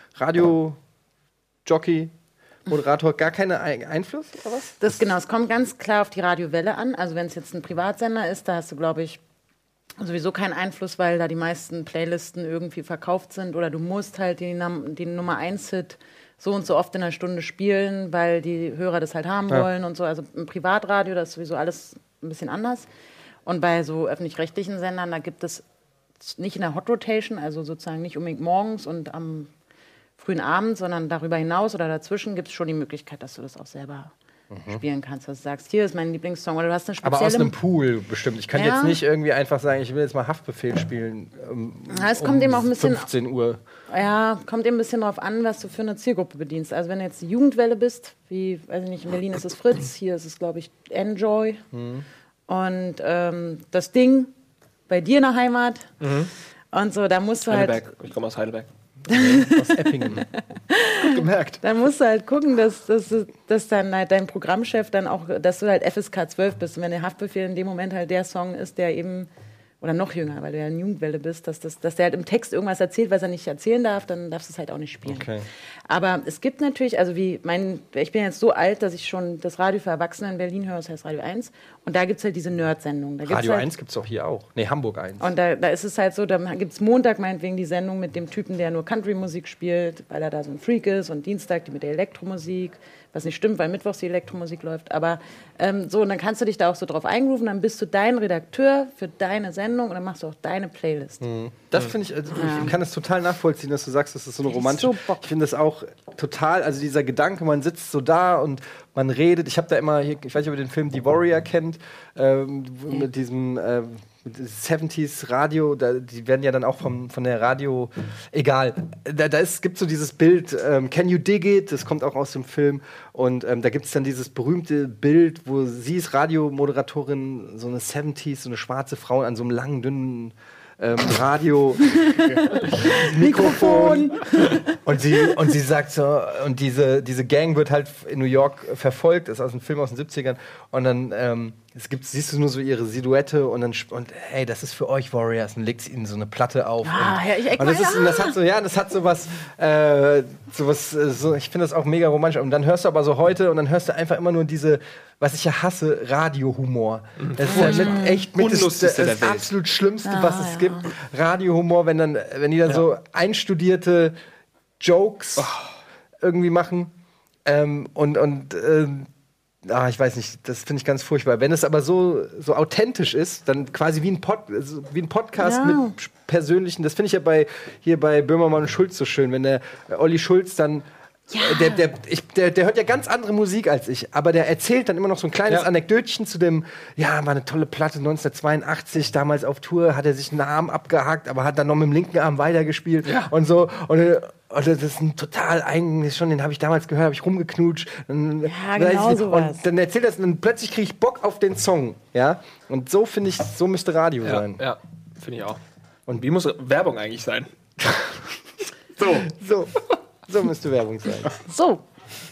Radio-Jockey, Moderator gar keinen Einfluss oder was? Genau, es kommt ganz klar auf die Radiowelle an. Also wenn es jetzt ein Privatsender ist, da hast du, glaube ich, sowieso keinen Einfluss, weil da die meisten Playlisten irgendwie verkauft sind oder du musst halt die Nummer 1-Hit so und so oft in einer Stunde spielen, weil die Hörer das halt haben wollen und so. Also im Privatradio, das ist sowieso alles ein bisschen anders. Und bei so öffentlich-rechtlichen Sendern, da gibt es nicht in der Hot Rotation, also sozusagen nicht unbedingt morgens und am frühen Abend, sondern darüber hinaus oder dazwischen gibt es schon die Möglichkeit, dass du das auch selber spielen kannst, dass du sagst, hier ist mein Lieblingssong oder du hast eine spezielle... Aber aus einem Pool bestimmt. Ich kann jetzt nicht irgendwie einfach sagen, ich will jetzt mal Haftbefehl spielen es kommt eben auch ein bisschen 15 Uhr. Ja, kommt eben ein bisschen darauf an, was du für eine Zielgruppe bedienst. Also wenn du jetzt die Jugendwelle bist, wie, weiß ich nicht, in Berlin ist es Fritz, hier ist es, glaube ich, Enjoy und das Ding bei dir in der Heimat und so, da musst du Heidelberg. halt... Ich komme aus Heidelberg. Aus Eppingen. Gut gemerkt. Dann musst du halt gucken, dass dann halt dein Programmchef dann auch, dass du halt FSK 12 bist. Und wenn der Haftbefehl in dem Moment halt der Song ist, der eben, oder noch jünger, weil du ja in Jugendwelle bist, dass der halt im Text irgendwas erzählt, was er nicht erzählen darf, dann darfst du es halt auch nicht spielen. Okay. Aber es gibt natürlich, also ich bin jetzt so alt, dass ich schon das Radio für Erwachsene in Berlin höre, das heißt Radio 1. Und da gibt es halt diese Nerd-Sendung. Radio 1 gibt es auch hier auch. Nee, Hamburg 1. Und da ist es halt so, da gibt es Montag meinetwegen die Sendung mit dem Typen, der nur Country-Musik spielt, weil er da so ein Freak ist. Und Dienstag die mit der Elektromusik, was nicht stimmt, weil mittwochs die Elektromusik läuft. Aber so, und dann kannst du dich da auch so drauf eingrooven, dann bist du dein Redakteur für deine Sendung und dann machst du auch deine Playlist. Das finde ich, also ich kann das total nachvollziehen, dass du sagst, das ist so eine romantische... Ich finde das auch total, also dieser Gedanke, man sitzt so da und man redet. Ich habe da immer, hier, ich weiß nicht, ob ihr den Film The Warrior kennt, mit diesem... mit 70s Radio, die werden ja dann auch von der Radio, egal, gibt so dieses Bild, Can You Dig It, das kommt auch aus dem Film und da gibt es dann dieses berühmte Bild, wo sie ist Radiomoderatorin, so eine 70s, so eine schwarze Frau an so einem langen, dünnen Radio Mikrofon und sie sagt so, und diese Gang wird halt in New York verfolgt, ist aus einem Film aus den 70ern und dann siehst du nur so ihre Silhouette und hey, das ist für euch Warriors, und legt sie ihnen so eine Platte auf das hat sowas ich finde das auch mega romantisch und dann hörst du aber so heute und dann hörst du einfach immer nur diese, was ich ja hasse, Radiohumor. Das ist ja das absolut Schlimmste, was es gibt. Radiohumor, wenn die dann so einstudierte Jokes irgendwie machen ich weiß nicht, das finde ich ganz furchtbar. Wenn es aber so authentisch ist, dann quasi wie ein Podcast mit persönlichen, das finde ich ja hier bei Böhmermann und Schulz so schön, wenn der Olli Schulz dann der hört ja ganz andere Musik als ich, aber der erzählt dann immer noch so ein kleines Anekdötchen zu dem, war eine tolle Platte 1982, damals auf Tour, hat er sich einen Arm abgehakt, aber hat dann noch mit dem linken Arm weitergespielt und so. Und das ist ein total eigentlich schon, den habe ich damals gehört, habe ich rumgeknutscht. Genau sowas. Und dann erzählt das und dann plötzlich kriege ich Bock auf den Song, Und so finde ich, so müsste Radio sein. Ja, finde ich auch. Und wie muss Werbung eigentlich sein? So müsste Werbung sein. So.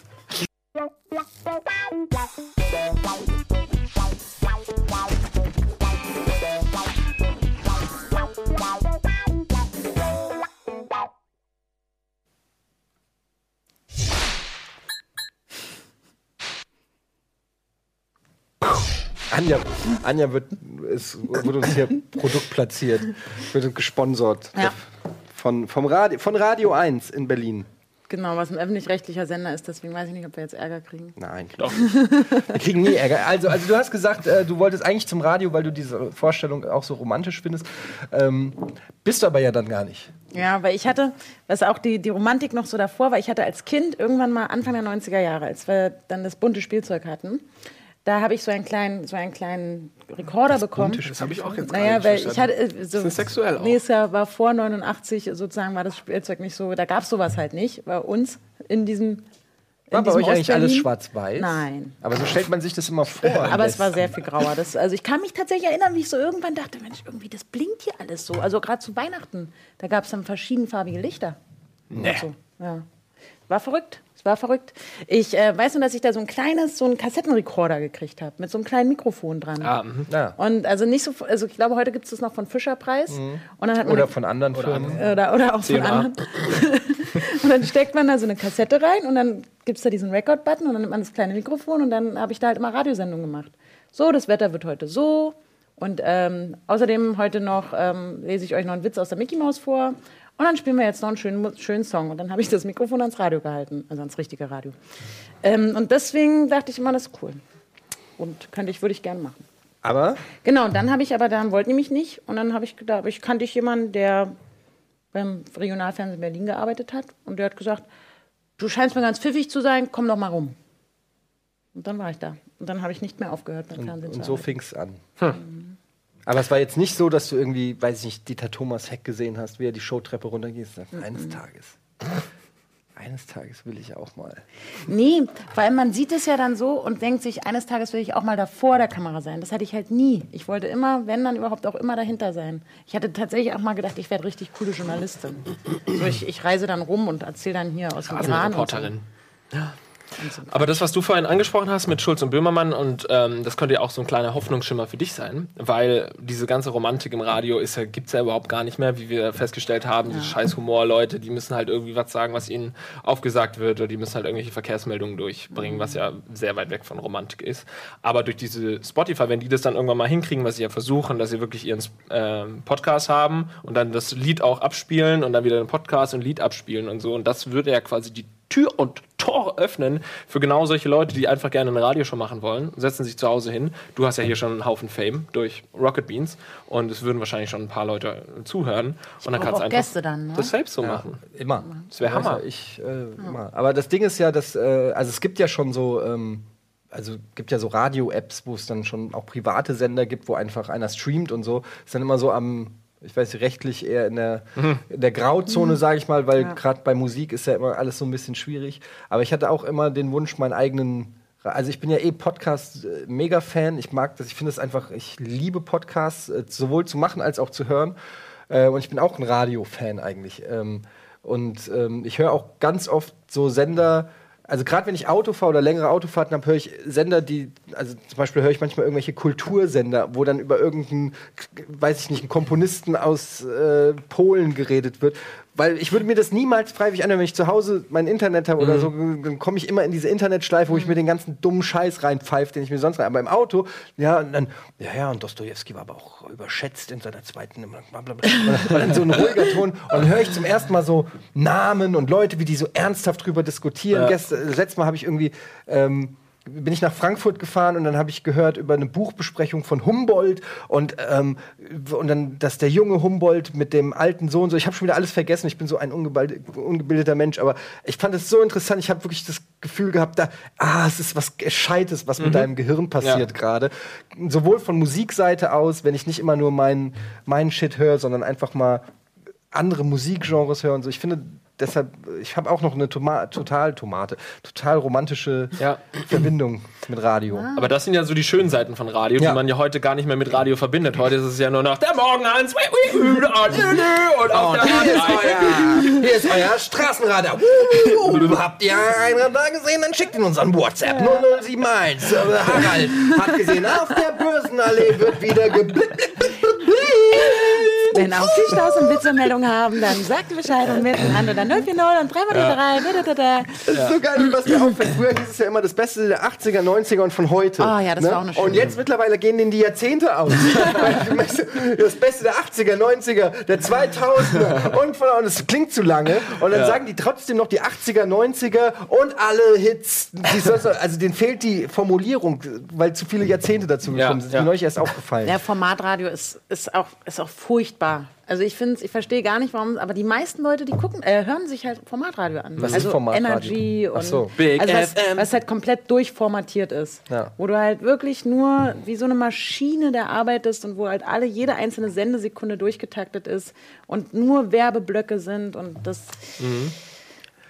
Anja wird uns hier Produkt platziert, wird gesponsert von Radio 1 in Berlin. Genau, was ein öffentlich-rechtlicher Sender ist, deswegen weiß ich nicht, ob wir jetzt Ärger kriegen. Nein, doch. Wir kriegen nie Ärger. Also du hast gesagt, du wolltest eigentlich zum Radio, weil du diese Vorstellung auch so romantisch findest. Bist du aber ja dann gar nicht. Ja, weil ich hatte, was auch die Romantik noch so davor war, ich hatte als Kind irgendwann mal Anfang der 90er Jahre, als wir dann das bunte Spielzeug hatten, da habe ich so einen kleinen Rekorder bekommen. Das habe ich auch jetzt weil ich hatte das ist sexuell auch. Nee, es war vor 89 sozusagen, war das Spielzeug nicht so, da gab es sowas halt nicht bei uns in diesem War bei diesem euch eigentlich alles Ostberlin. schwarz-weiß? Nein. Aber so stellt man sich das immer vor. Aber es war sehr viel grauer. Also ich kann mich tatsächlich erinnern, wie ich so irgendwann dachte, Mensch, irgendwie, das blinkt hier alles so. Also gerade zu Weihnachten, da gab es dann verschiedenfarbige Lichter. Nee. So. Ja. War verrückt. Es war verrückt. Ich weiß nur, dass ich da so einen Kassettenrekorder gekriegt habe, mit so einem kleinen Mikrofon dran. Ja. Und also nicht so, also ich glaube, heute gibt es das noch von Fischer-Preis. Und dann hat man Oder von anderen Firmen. oder auch von C&A. anderen. Und dann steckt man da so eine Kassette rein und dann gibt es da diesen Record-Button und dann nimmt man das kleine Mikrofon und dann habe ich da halt immer Radiosendungen gemacht. So, das Wetter wird heute so. Und außerdem heute noch lese ich euch noch einen Witz aus der Mickey Maus vor. Und dann spielen wir jetzt noch einen schönen Song. Und dann habe ich das Mikrofon ans Radio gehalten, also ans richtige Radio. Und deswegen dachte ich immer, das ist cool. Und würde ich gerne machen. Aber Genau, und dann wollten die mich nicht. Und dann kannte ich jemanden, der beim Regionalfernsehen Berlin gearbeitet hat. Und der hat gesagt, du scheinst mir ganz pfiffig zu sein, komm doch mal rum. Und dann war ich da. Und dann habe ich nicht mehr aufgehört beim Fernsehen zu und so arbeiten. fing es an. Aber es war jetzt nicht so, dass du irgendwie, weiß ich nicht, Dieter Thomas Heck gesehen hast, wie er die Showtreppe runtergeht. Eines Tages will ich auch mal. Nee, vor allem man sieht es ja dann so und denkt sich, eines Tages will ich auch mal da vor der Kamera sein. Das hatte ich halt nie. Ich wollte immer, wenn dann überhaupt, auch immer dahinter sein. Ich hatte tatsächlich auch mal gedacht, ich werde richtig coole Journalistin. So, ich reise dann rum und erzähle dann hier aus dem Iran. Reporterin. Ja. Aber das, was du vorhin angesprochen hast mit Schulz und Böhmermann, und das könnte ja auch so ein kleiner Hoffnungsschimmer für dich sein, weil diese ganze Romantik im Radio gibt es ja überhaupt gar nicht mehr, wie wir festgestellt haben. Die scheiß Humor-Leute, die müssen halt irgendwie was sagen, was ihnen aufgesagt wird, oder die müssen halt irgendwelche Verkehrsmeldungen durchbringen, was ja sehr weit weg von Romantik ist. Aber durch diese Spotify, wenn die das dann irgendwann mal hinkriegen, was sie ja versuchen, dass sie wirklich ihren Podcast haben und dann das Lied auch abspielen und dann wieder den Podcast und Lied abspielen und so, und das würde ja quasi die Tür und Tor öffnen für genau solche Leute, die einfach gerne eine Radioshow machen wollen, setzen sich zu Hause hin. Du hast ja hier schon einen Haufen Fame durch Rocket Beans und es würden wahrscheinlich schon ein paar Leute zuhören. Und dann kannst du einfach Gäste dann, ne? das selbst so machen. Immer. Das wäre Hammer. Immer. Aber das Ding ist ja, dass, also es gibt ja schon so, gibt ja so Radio-Apps, wo es dann schon auch private Sender gibt, wo einfach einer streamt und so. Ist dann immer so ich weiß nicht, rechtlich eher in der Grauzone, sage ich mal, weil gerade bei Musik ist ja immer alles so ein bisschen schwierig. Aber ich hatte auch immer den Wunsch, meinen eigenen, also ich bin ja Podcast-Mega-Fan. Ich mag das, ich finde es einfach, ich liebe Podcasts, sowohl zu machen als auch zu hören. Und ich bin auch ein Radio-Fan eigentlich. Ich höre auch ganz oft so Sender. Also gerade wenn ich Auto fahre oder längere Autofahrten habe, höre ich Sender, also zum Beispiel höre ich manchmal irgendwelche Kultursender, wo dann über irgendeinen, weiß ich nicht, einen Komponisten aus Polen geredet wird. Weil ich würde mir das niemals freiwillig anhören, wenn ich zu Hause mein Internet habe oder so, dann komme ich immer in diese Internetschleife, wo ich mir den ganzen dummen Scheiß reinpfeife, den ich mir sonst rein. Aber im Auto, und Dostojewski war aber auch überschätzt in seiner zweiten, blablabla. Und dann so ein ruhiger Ton. Und dann höre ich zum ersten Mal so Namen und Leute, wie die so ernsthaft drüber diskutieren. Ja. Letztes Mal habe ich irgendwie bin ich nach Frankfurt gefahren und dann habe ich gehört über eine Buchbesprechung von Humboldt und dann, dass der junge Humboldt mit dem alten Sohn, so, ich habe schon wieder alles vergessen, ich bin so ein ungebildeter Mensch, aber ich fand es so interessant, ich habe wirklich das Gefühl gehabt, es ist was Gescheites, was mit deinem Gehirn passiert gerade. Sowohl von Musikseite aus, wenn ich nicht immer nur meinen Shit höre, sondern einfach mal andere Musikgenres höre und so. Ich finde, deshalb, ich habe auch noch eine total romantische Verbindung mit Radio. Aber das sind ja so die schönen Seiten von Radio, die man ja heute gar nicht mehr mit Radio verbindet. Heute ist es ja nur noch der Morgenhans und auf der Hier ist euer Straßenradar. Habt ihr einen Radar gesehen? Dann schickt ihn uns an WhatsApp 0071. Harald hat gesehen, auf der Börsenallee wird wieder Wenn auch Sie Staus und Blitzermeldungen haben, dann sagt Bescheid und mitten an oder 040 und 3x3. Das ist so geil, was mir auffällt. Früher hieß es ja immer das Beste der 80er, 90er und von heute. Oh ja, das war auch eine schöne. Und jetzt mittlerweile gehen denen die Jahrzehnte aus. Das Beste der 80er, 90er, der 2000er und es klingt zu lange. Und dann sagen die trotzdem noch die 80er, 90er und alle Hits. Also denen fehlt die Formulierung, weil zu viele Jahrzehnte dazu gekommen sind. Das ist mir neulich erst aufgefallen. Ja, Formatradio ist auch furchtbar. Also ich verstehe gar nicht, warum, aber die meisten Leute, die hören sich halt Formatradio an. Was ist Formatradio? Energy und Big was halt komplett durchformatiert ist. Ja. Wo du halt wirklich nur wie so eine Maschine da arbeitest und wo halt jede einzelne Sendesekunde durchgetaktet ist und nur Werbeblöcke sind und das...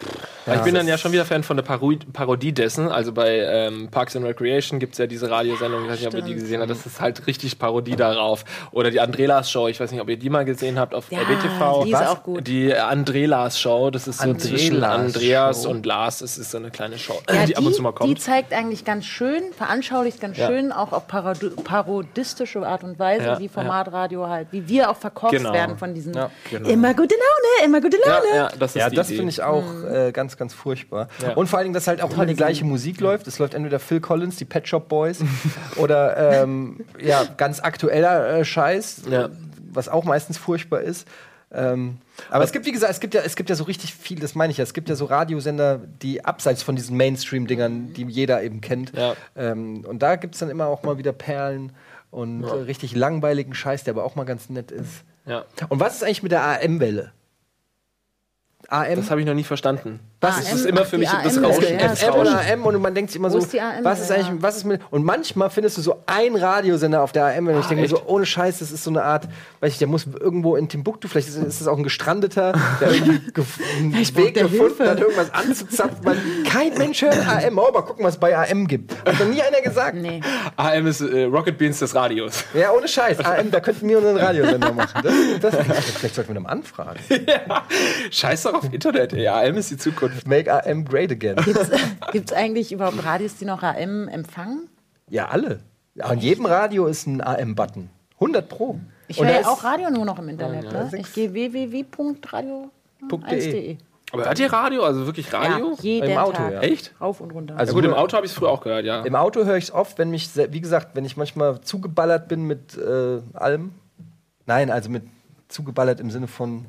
Ich bin dann ja schon wieder Fan von der Parodie dessen. Also bei Parks and Recreation gibt es ja diese Radiosendung, ich weiß nicht, ob ihr die gesehen habt, das ist halt richtig Parodie darauf. Oder die Andrelas-Show, ich weiß nicht, ob ihr die mal gesehen habt auf RBTV. Die ist auch gut. Die Andrelas-Show, das ist so zwischen Andreas und Lars, das ist so eine kleine Show, die ab und zu mal kommt. Die zeigt eigentlich ganz schön, veranschaulicht ganz schön, auch auf parodistische Art und Weise, wie Formatradio halt, wie wir auch verkauft werden von diesen immer gute Laune, immer gute Laune. Das finde ich auch ganz, ganz furchtbar. Ja. Und vor allen Dingen, dass halt auch immer die gleiche Musik läuft. Es läuft entweder Phil Collins, die Pet Shop Boys, oder ganz aktueller Scheiß, was auch meistens furchtbar ist. Aber es gibt, wie gesagt, es gibt ja so richtig viel, das meine ich ja, es gibt ja so Radiosender, die abseits von diesen Mainstream-Dingern, die jeder eben kennt. Ja. Und da gibt es dann immer auch mal wieder Perlen und richtig langweiligen Scheiß, der aber auch mal ganz nett ist. Ja. Und was ist eigentlich mit der AM-Welle? AM? Das habe ich noch nie verstanden. Was ist immer für mich das Rauschen? FM oder AM und man denkt sich immer so, was ist mit. Und manchmal findest du so einen Radiosender auf der AM und ich denke mir so, ohne Scheiß, das ist so eine Art, weiß ich, der muss irgendwo in Timbuktu, vielleicht ist das auch ein Gestrandeter, der irgendwie einen Weg gefunden hat, irgendwas anzuzapfen. Kein Mensch hört AM. Oh, mal gucken, was es bei AM gibt. Hat noch nie einer gesagt. Nee. AM ist Rocket Beans des Radios. Ja, ohne Scheiß. AM, da könnten wir unseren Radiosender machen. Vielleicht sollten wir ihn mal anfragen. Scheiß doch auf Internet. Ja, AM ist die Zukunft. Make AM great again. Gibt's eigentlich überhaupt Radios, die noch AM empfangen? Ja, alle. An jedem Radio ist ein AM-Button. 100%. Ich höre ja auch Radio nur noch im Internet. Ne? Ich gehe www.radio1.de. Aber hört ihr Radio? Also wirklich Radio? Ja, jeden Im Auto, Tag. ja. Echt? Rauf und runter. Also gut, im Auto habe ich es früher auch gehört, ja. Im Auto höre ich es oft, wenn mich, wie gesagt, wenn ich manchmal zugeballert bin mit allem. Nein, also mit zugeballert im Sinne von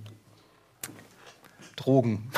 Drogen.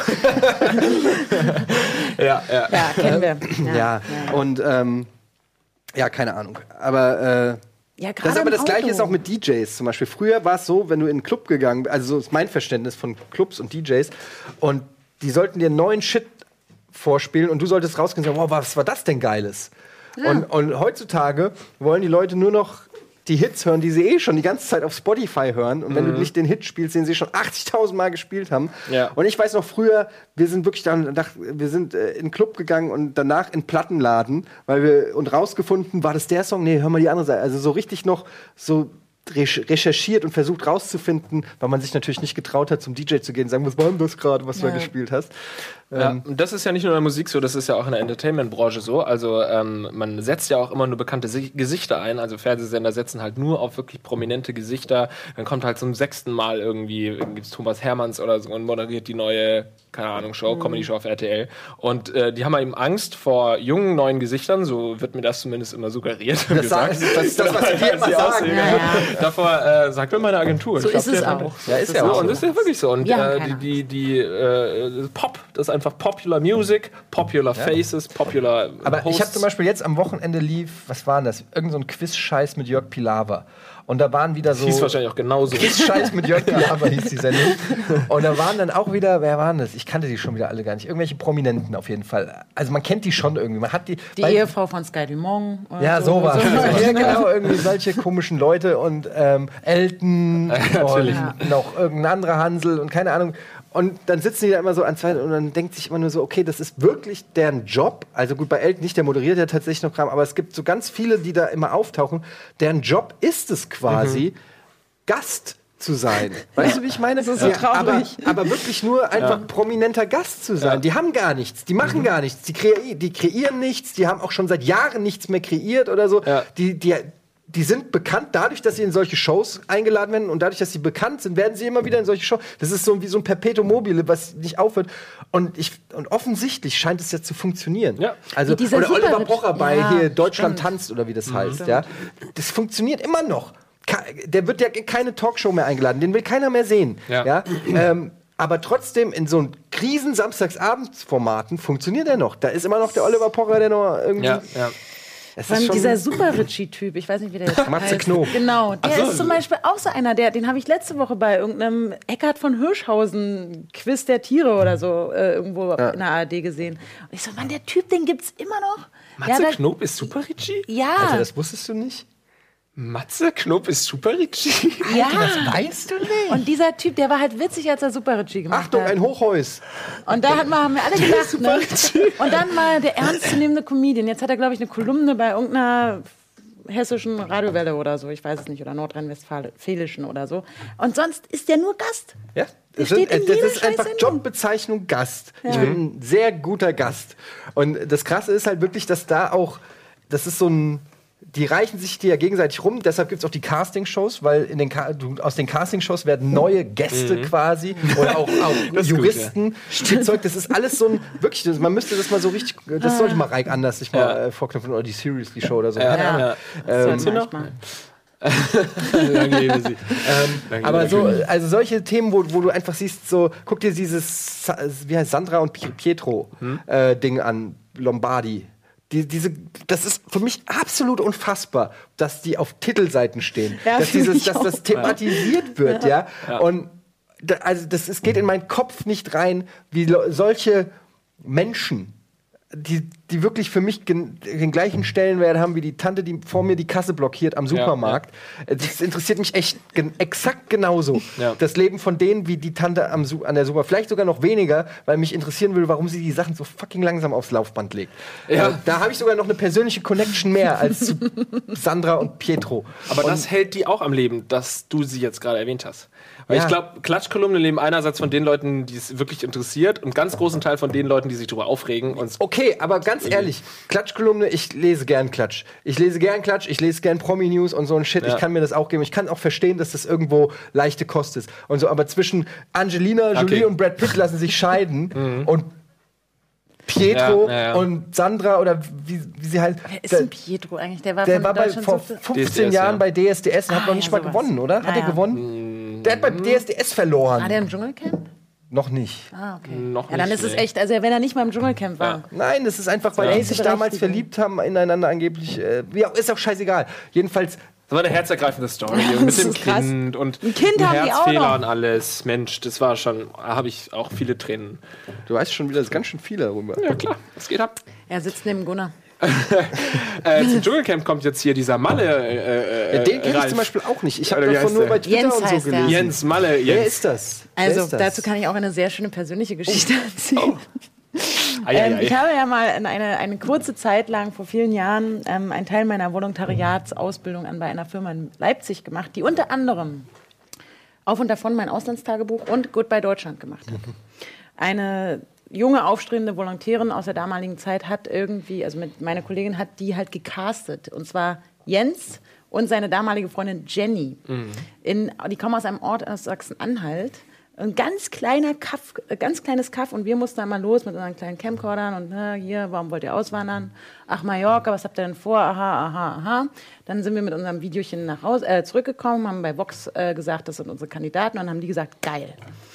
Ja, kennen wir. Ja. Und keine Ahnung. Aber das Gleiche ist auch mit DJs zum Beispiel. Früher war es so, wenn du in einen Club gegangen bist, also so ist mein Verständnis von Clubs und DJs, und die sollten dir neuen Shit vorspielen und du solltest rausgehen und sagen, wow, was war das denn Geiles? Ja. Und heutzutage wollen die Leute nur noch die Hits hören, die sie schon die ganze Zeit auf Spotify hören. Und wenn du nicht den Hit spielst, den sie schon 80.000 Mal gespielt haben. Ja. Und ich weiß noch früher, wir sind wirklich in den Club gegangen und danach in den Plattenladen, und rausgefunden, war das der Song? Nee, hör mal die andere Seite. Also so richtig noch so recherchiert und versucht rauszufinden, weil man sich natürlich nicht getraut hat, zum DJ zu gehen und sagen, was war denn das gerade, was du da gespielt hast. Und das ist ja nicht nur in der Musik so, das ist ja auch in der Entertainment-Branche so. Also man setzt ja auch immer nur bekannte Gesichter ein. Also Fernsehsender setzen halt nur auf wirklich prominente Gesichter. Dann kommt halt zum 6. Mal irgendwie, gibt's Thomas Hermanns oder so und moderiert die neue, keine Ahnung, Show, Comedy-Show auf RTL. Und die haben eben Angst vor jungen, neuen Gesichtern, so wird mir das zumindest immer suggeriert. Das ist das, was sie dir immer sagen. Davor sagt mir meine Agentur. So ist es auch. Ja, ist ja auch. Und das ist ja wirklich so. Und Pop, das ist einfach Popular Music, Popular Faces, Popular Aber Hosts. Ich habe zum Beispiel jetzt am Wochenende was war denn das? Irgend so ein Quiz-Scheiß mit Jörg Pilawa. Und da waren wieder so... hieß wahrscheinlich auch genauso. Quiz-Scheiß mit Jörg Pilawa hieß die Sendung. Und da waren dann auch wieder, wer waren das? Ich kannte die schon wieder alle gar nicht. Irgendwelche Prominenten auf jeden Fall. Also man kennt die schon irgendwie. Man hat die Ehefrau von Sky Dumont. Ja, sowas. Ja, genau, irgendwie solche komischen Leute und Elton und noch irgendein anderer Hansel und keine Ahnung. Und dann sitzen die da immer so an zwei und dann denkt sich immer nur so, okay, das ist wirklich deren Job. Also gut, bei Elton nicht, der moderiert ja tatsächlich noch Kram, aber es gibt so ganz viele, die da immer auftauchen. Deren Job ist es quasi, Gast zu sein. Weißt du, wie ich meine? Das ist so traurig. Aber wirklich nur einfach prominenter Gast zu sein. Ja. Die haben gar nichts, die machen gar nichts, die kreieren nichts, die haben auch schon seit Jahren nichts mehr kreiert oder so. Ja. Die sind bekannt dadurch, dass sie in solche Shows eingeladen werden, und dadurch, dass sie bekannt sind, werden sie immer wieder in solche Shows. Das ist so wie so ein Perpetuum mobile, was nicht aufhört. Und offensichtlich scheint es ja zu funktionieren. Ja. Also, oder Oliver Pocher bei hier Deutschland tanzt oder wie das heißt. Ja. Das funktioniert immer noch. Der wird ja keine Talkshow mehr eingeladen, den will keiner mehr sehen. Ja. Aber trotzdem in so Kriesen-Samstagsabends-Formaten funktioniert er noch. Da ist immer noch der Oliver Pocher, der noch irgendwie... Ja. Dieser Super-Ritchie-Typ, ich weiß nicht, wie der jetzt Matze Knob. Genau, der ist zum Beispiel auch so einer, den habe ich letzte Woche bei irgendeinem Eckhard von Hirschhausen Quiz der Tiere oder so irgendwo in der ARD gesehen. Und ich so, Mann, der Typ, den gibt's immer noch. Matze Knob ist Super-Ritchie? Ja. Also das wusstest du nicht? Matze Knob ist Super Ricci. Ja. Das weißt du nicht. Und dieser Typ, der war halt witzig, als er Super Ricci gemacht Achtung, hat. ein Hochhäus. Und da haben wir alle gelacht. Ne? Und dann mal der ernstzunehmende Comedian. Jetzt hat er, glaube ich, eine Kolumne bei irgendeiner hessischen Radiowelle oder so, ich weiß es nicht, oder nordrhein-westfälischen oder so. Und sonst ist der nur Gast. Ja, Der das steht in jeder ist einfach Scheißsendung. Jobbezeichnung Gast. Ich bin ein sehr guter Gast. Und das Krasse ist halt wirklich, dass da auch, das ist so ein, die reichen sich die ja gegenseitig rum, deshalb gibt es auch die Castingshows, weil aus den Castingshows werden neue Gäste quasi oder auch Juristen gezeugt. Das ist alles so ein, wirklich, man müsste das mal so richtig, das sollte mal Reik anders sich mal vorknüpfen oder die Seriously Show oder so. Das Sie noch? Lange lebe sie. Aber so, also solche Themen, wo du einfach siehst, so, guck dir dieses, wie heißt Sandra und Pietro Ding an, Lombardi. Das ist für mich absolut unfassbar, dass die auf Titelseiten stehen. Ja, dass das thematisiert wird, ja. Und es geht in meinen Kopf nicht rein, wie solche Menschen, die wirklich für mich den gleichen Stellenwert haben wie die Tante, die vor mir die Kasse blockiert am Supermarkt. Das interessiert mich echt exakt genauso. Ja. Das Leben von denen wie die Tante an der Supermarkt. Vielleicht sogar noch weniger, weil mich interessieren will, warum sie die Sachen so fucking langsam aufs Laufband legt. Ja. Da habe ich sogar noch eine persönliche Connection mehr als zu Sandra und Pietro. Aber das hält die auch am Leben, dass du sie jetzt gerade erwähnt hast. Weil ich glaube, Klatschkolumnen leben einerseits von den Leuten, die es wirklich interessiert und ganz großen Teil von den Leuten, die sich darüber aufregen. Okay, aber ganz ehrlich, Klatschkolumne, ich lese gern Klatsch. Ich lese gern Promi-News und so ein Shit. Ja. Ich kann mir das auch geben. Ich kann auch verstehen, dass das irgendwo leichte Kost ist. Und so, aber zwischen Angelina Jolie und Brad Pitt lassen sich scheiden und Pietro und Sandra oder wie sie halt. Wer ist denn Pietro eigentlich? Der war vor 15 Jahren bei DSDS und hat noch nicht mal gewonnen, oder? Hat er gewonnen? Der hat bei DSDS verloren. War der im Dschungelcamp? Noch nicht. Ah, okay. Noch dann ist es echt, also wenn er nicht mal im Dschungelcamp war. Ja. Nein, das ist einfach, weil die sich damals verliebt haben ineinander angeblich. Ist auch scheißegal. Jedenfalls. Das war eine herzergreifende Story mit dem Kind und ein Kind haben die auch Herzfehler noch. und alles. Mensch, das war schon, habe ich auch viele Tränen. Du weißt schon wieder, das ist ganz schön viel darüber. Ja klar, das geht ab. Er sitzt neben Gunnar. Zum Dschungelcamp kommt jetzt hier dieser Malle. Den kenne ich zum Beispiel auch nicht. Ich habe davon nur bei Twitter Jens und so heißt gelesen. Jens Malle. Wer ist das? Also dazu kann ich auch eine sehr schöne persönliche Geschichte erzählen. Ich habe ja mal eine kurze Zeit lang, vor vielen Jahren, einen Teil meiner Volontariatsausbildung bei einer Firma in Leipzig gemacht, die unter anderem Auf und Davon mein Auslandstagebuch und Goodbye Deutschland gemacht hat. Eine junge, aufstrebende Volontärin aus der damaligen Zeit hat irgendwie, also meine Kollegin hat die halt gecastet. Und zwar Jens und seine damalige Freundin Jenny. Die kommen aus einem Ort aus Sachsen-Anhalt. Ein ganz kleines Kaff und wir mussten dann mal los mit unseren kleinen Camcordern und hier, warum wollt ihr auswandern? Ach, Mallorca, was habt ihr denn vor? Aha. Dann sind wir mit unserem Videochen nach Hause zurückgekommen, haben bei Vox gesagt, das sind unsere Kandidaten und dann haben die gesagt, geil.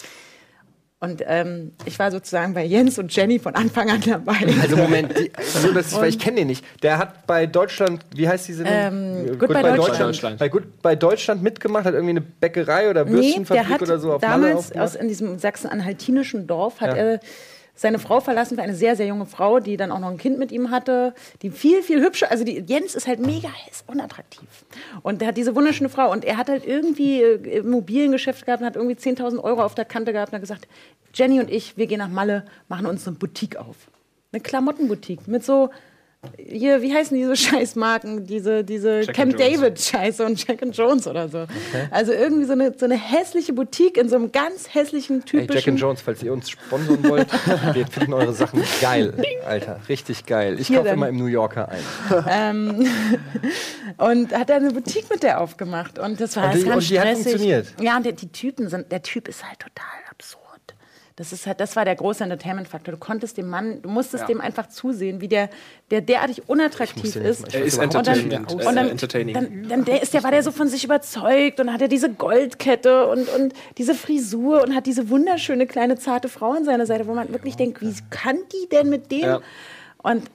Und ich war sozusagen bei Jens und Jenny von Anfang an dabei. Also Moment, weil ich kenne den nicht. Der hat bei Deutschland, wie heißt diese Goodbye Deutschland. Bei Goodbye Deutschland mitgemacht, hat irgendwie eine Bäckerei oder Bürstenfabrik oder so auf Malle aufgemacht. Damals in diesem sachsen-anhaltinischen Dorf hat er seine Frau verlassen für eine sehr, sehr junge Frau, die dann auch noch ein Kind mit ihm hatte, die viel, viel hübscher, also Jens ist halt mega unattraktiv. Und er hat diese wunderschöne Frau und er hat halt irgendwie Immobiliengeschäft gehabt und hat irgendwie 10.000 € auf der Kante gehabt und hat gesagt, Jenny und ich, wir gehen nach Malle, machen uns eine Boutique auf. Eine Klamottenboutique mit so, hier, wie heißen diese Scheißmarken, diese Camp David Scheiße und Jack Jones oder so. Okay. Also irgendwie so eine hässliche Boutique in so einem ganz hässlichen, typischen... Hey, Jack Jones, falls ihr uns sponsern wollt, wir finden eure Sachen geil, Alter, richtig geil. Ich kaufe immer im New Yorker ein. Und hat dann eine Boutique mit der aufgemacht und das war ganz stressig. Die hat funktioniert? Ja, und der Typ ist halt total absurd. Das war der große Entertainment-Faktor. Du konntest dem Mann, du musstest dem einfach zusehen, wie der derartig unattraktiv ist. Er ist Entertainment. Dann war der so von sich überzeugt und hatte diese Goldkette und diese Frisur und hat diese wunderschöne kleine zarte Frau an seiner Seite, wo man wirklich denkt, wie kann die denn mit dem? Ja. Und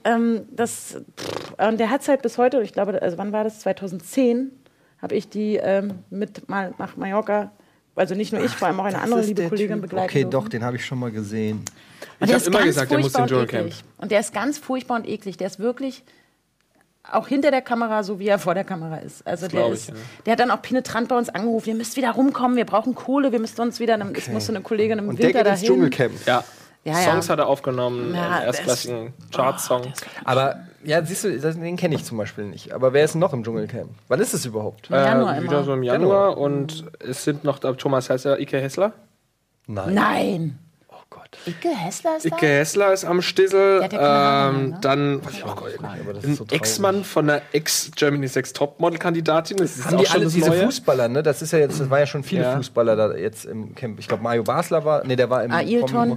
und der hat es halt bis heute, ich glaube, also wann war das? 2010 habe ich die mit mal nach Mallorca. Also nicht nur ich, vor allem auch eine andere liebe Kollegin begleitet. Okay, doch, den habe ich schon mal gesehen. Ich habe immer gesagt, der muss den Dschungelcamp. Und der ist ganz furchtbar und eklig. Der ist wirklich auch hinter der Kamera, so wie er vor der Kamera ist. Also der hat dann auch penetrant bei uns angerufen, ihr müsst wieder rumkommen, wir brauchen Kohle, wir müssen uns wieder, es musste eine Kollegin im Winter dahin. Und der geht ins Dschungelcamp. Songs hat er aufgenommen, erstklassigen Chartsong. Aber, siehst du, den kenne ich zum Beispiel nicht. Aber wer ist denn noch im Dschungelcamp? Wann ist es überhaupt? Im Januar wieder so im Januar. Und es sind noch Thomas Hessler, Ike Hessler. Nein. Oh Gott. Ike Hessler ist da? Ike Hessler ist am Stissel. Dann ein Ex-Mann von der Ex-Germany's Next Topmodel-Kandidatin. Haben die alle diese Fußballer, ne? Das war ja schon viele Fußballer da jetzt im Camp. Ich glaube, Mario Basler der war im Ailton,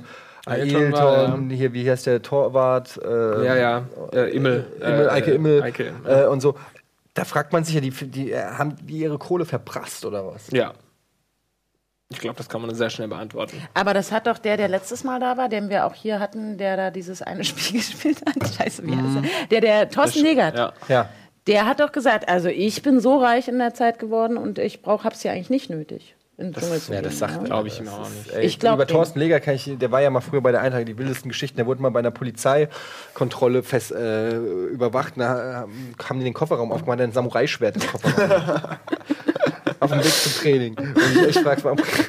hier, wie heißt der Torwart? Immel. Eike Immel. Und so. Da fragt man sich ja, haben die ihre Kohle verprasst oder was? Ja. Ich glaube, das kann man sehr schnell beantworten. Aber das hat doch der letztes Mal da war, den wir auch hier hatten, der da dieses eine Spiel gespielt hat. Scheiße, wie heißt er? Der Thorsten Legert. Ja. Der hat doch gesagt, also ich bin so reich in der Zeit geworden und ich hab's ja eigentlich nicht nötig. Das sagt, glaube ich, ihm auch nicht. Über Thorsten Legert der war ja mal früher bei der Eintracht, die wildesten Geschichten, der wurde mal bei einer Polizeikontrolle überwacht, da haben die den Kofferraum aufgemacht, ein Samurai-Schwert im Kofferraum. Auf dem Weg zum Training. Und ich echt fragst,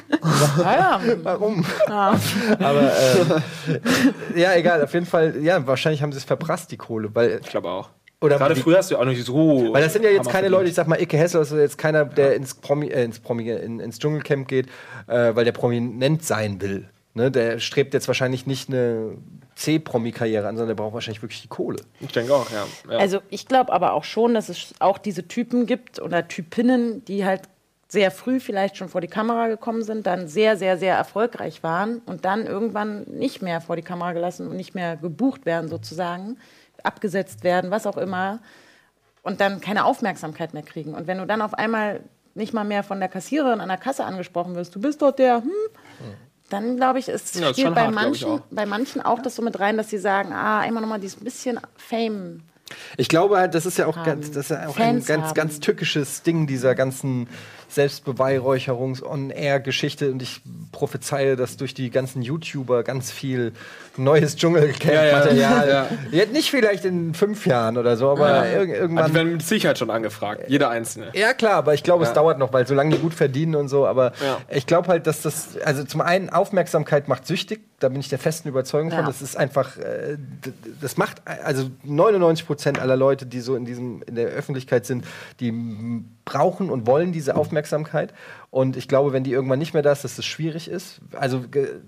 warum? Ja. Aber egal, auf jeden Fall, wahrscheinlich haben sie es verprasst, die Kohle. Weil, ich glaube auch. Oder gerade früher hast du ja auch nicht so. Weil das sind ja jetzt keine Leute, ich sag mal, Ike Hessler ist jetzt keiner, der ins Dschungelcamp geht, weil der prominent sein will. Ne? Der strebt jetzt wahrscheinlich nicht eine C-Promi-Karriere an, sondern der braucht wahrscheinlich wirklich die Kohle. Ich denke auch, ja. Also ich glaube aber auch schon, dass es auch diese Typen gibt oder Typinnen, die halt sehr früh vielleicht schon vor die Kamera gekommen sind, dann sehr, sehr, sehr erfolgreich waren und dann irgendwann nicht mehr vor die Kamera gelassen und nicht mehr gebucht werden sozusagen, abgesetzt werden, was auch immer, und dann keine Aufmerksamkeit mehr kriegen. Und wenn du dann auf einmal nicht mal mehr von der Kassiererin an der Kasse angesprochen wirst, du bist dort der, dann glaube ich, spielt bei manchen auch das so mit rein, dass sie sagen, immer nochmal dieses bisschen Fame. Ich glaube halt, das ist ja auch ein ganz tückisches Ding dieser ganzen Selbstbeweihräucherungs-On-Air-Geschichte, und ich prophezeie, dass durch die ganzen YouTuber ganz viel neues Dschungelcamp-Material. Jetzt nicht vielleicht in 5 Jahren oder so, aber irgendwann. Also die werden mit Sicherheit schon angefragt, jeder Einzelne. Ja, klar, aber ich glaube, es dauert noch, weil solange die gut verdienen und so, aber ich glaube halt, dass das, also zum einen Aufmerksamkeit macht süchtig, da bin ich der festen Überzeugung von, das ist einfach, das macht, also 99% aller Leute, die so in der Öffentlichkeit sind, die brauchen und wollen diese Aufmerksamkeit, und ich glaube, wenn die irgendwann nicht mehr dass das schwierig ist, also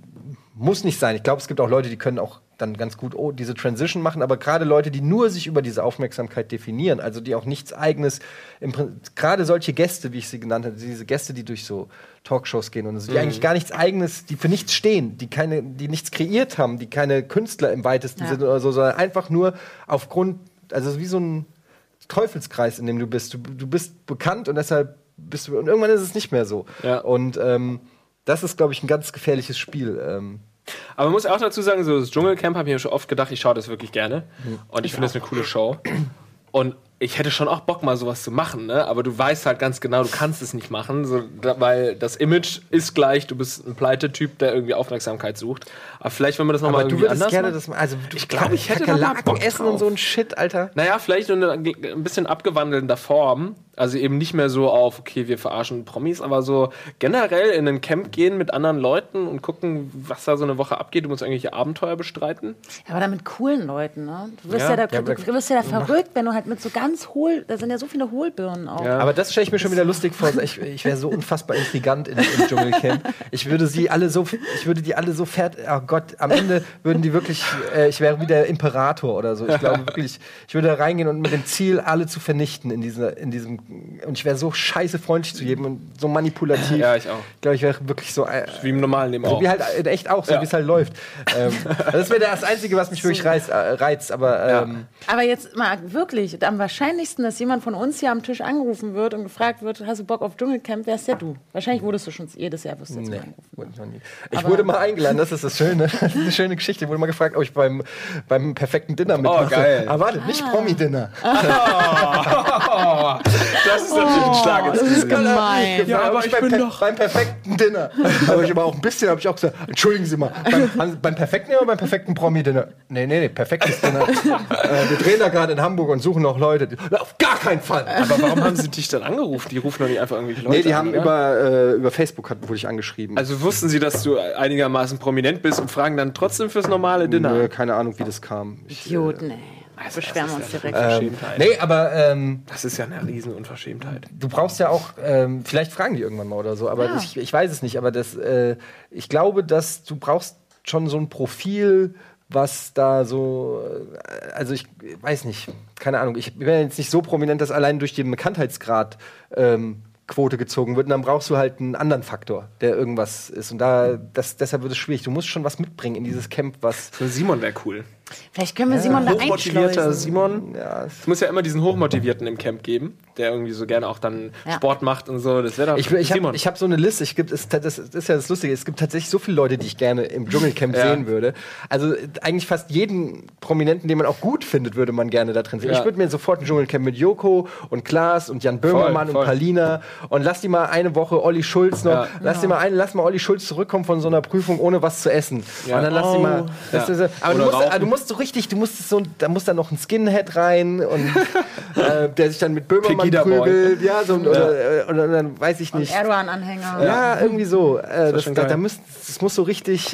muss nicht sein. Ich glaube, es gibt auch Leute, die können auch dann ganz gut diese Transition machen, aber gerade Leute, die nur sich über diese Aufmerksamkeit definieren, also die auch nichts Eigenes, gerade solche Gäste, wie ich sie genannt habe, diese Gäste, die durch so Talkshows gehen und so, die eigentlich gar nichts Eigenes, die für nichts stehen, die nichts kreiert haben, die keine Künstler im weitesten Sinne oder so, sondern einfach nur aufgrund, also wie so ein Teufelskreis, in dem du bist. Du bist bekannt und deshalb bist du, und irgendwann ist es nicht mehr so. Ja. Und das ist, glaube ich, ein ganz gefährliches Spiel. Aber man muss auch dazu sagen, so das Dschungelcamp habe ich mir schon oft gedacht, ich schaue das wirklich gerne. Und ich finde das eine coole Show. Und ich hätte schon auch Bock, mal sowas zu machen, ne? Aber du weißt halt ganz genau, du kannst es nicht machen, weil das Image ist gleich, du bist ein Pleite-Typ, der irgendwie Aufmerksamkeit sucht. Aber vielleicht, wenn man das nochmal irgendwie anders gerne das ich glaube, ich hätte Kakerlaken essen und so ein Shit, Alter. Naja, vielleicht in ein bisschen abgewandelnder Form. Also eben nicht mehr so auf, okay, wir verarschen Promis, aber so generell in ein Camp gehen mit anderen Leuten und gucken, was da so eine Woche abgeht. Du musst irgendwelche Abenteuer bestreiten. Ja, aber dann mit coolen Leuten, ne? Du wirst ja da verrückt, wenn du halt mit so ganz da sind ja so viele Hohlbirnen auch. Ja. Aber das stelle ich mir schon wieder lustig vor. Ich wäre so unfassbar intrigant im Dschungelcamp. Ich würde die alle so fertig, oh Gott, am Ende würden die wirklich, ich wäre wie der Imperator oder so. Ich glaube wirklich, ich würde da reingehen und mit dem Ziel, alle zu vernichten in diesem, und ich wäre so scheiße freundlich zu jedem und so manipulativ. Ja, ich auch. Ich glaube, ich wäre wirklich so. Wie im normalen Leben auch. Wie halt echt auch, so wie es halt läuft. Das wäre das Einzige, was mich wirklich reizt. Aber jetzt mal wirklich, am wahrscheinlichsten, dass jemand von uns hier am Tisch angerufen wird und gefragt wird, hast du Bock auf Dschungelcamp, wärst ja du. Wahrscheinlich wurdest du schon jedes Jahr mal angerufen. Ich wurde mal eingeladen, das ist das Schöne. Das ist eine schöne Geschichte. Ich wurde mal gefragt, ob ich beim perfekten Dinner mitmache. Oh, geil. Aber warte, nicht Promi-Dinner. Das ist natürlich ein Schlag ins Das ist Gesicht. gemein. Ja, aber ich bin doch... Beim perfekten Dinner. Aber ich aber auch ein bisschen, habe ich auch gesagt, entschuldigen Sie mal, beim perfekten oder beim perfekten Promi-Dinner? Nee, perfektes Dinner. Wir drehen da gerade in Hamburg und suchen noch Leute. Auf gar keinen Fall! Aber warum haben sie dich dann angerufen? Die rufen doch nicht einfach irgendwelche Leute Nee, die an, haben oder? über Facebook wurde ich angeschrieben. Also wussten sie, dass du einigermaßen prominent bist und fragen dann trotzdem fürs normale Dinner? Nö, keine Ahnung, wie das kam. Idioten, ey. Beschweren wir uns direkt. Unverschämtheit. Nee, aber Das ist ja eine Riesenunverschämtheit. du brauchst ja auch, vielleicht fragen die irgendwann mal oder so, aber Ja. ich weiß es nicht, aber ich glaube, dass du brauchst schon so ein Profil, was da so, also ich weiß nicht, keine Ahnung, ich bin jetzt nicht so prominent, dass allein durch den Bekanntheitsgrad Quote gezogen wird, und dann brauchst du halt einen anderen Faktor, der irgendwas ist, und deshalb wird es schwierig. Du musst schon was mitbringen in dieses Camp, was So Simon wäre cool. Vielleicht können wir Simon da Hochmotivierter einschleusen. Simon. ja, Es muss ja immer diesen Hochmotivierten im Camp geben, der irgendwie so gerne auch dann Ja. Sport macht und so. Das wäre doch Ich Simon. hab so eine Liste. Das ist ja das Lustige. Es gibt tatsächlich so viele Leute, die ich gerne im Dschungelcamp Ja. sehen würde. Also eigentlich fast jeden Prominenten, den man auch gut findet, würde man gerne da drin sehen. Ja. Ich würde mir sofort ein Dschungelcamp mit Joko und Klaas und Jan Böhmermann voll. und Palina, und lass die mal eine Woche Olli Schulz noch. Ja. Lass mal Olli Schulz zurückkommen von so einer Prüfung ohne was zu essen. Ja. Und dann lass die mal. Ja. Aber Oder rauchen. du musst so richtig, da muss dann noch ein Skinhead rein und der sich dann mit Böhmermann Pegida Boy. prügelt. Ja, so, oder dann weiß ich nicht. Erdogan-Anhänger. Ja, irgendwie so. Das schon geil. muss so richtig.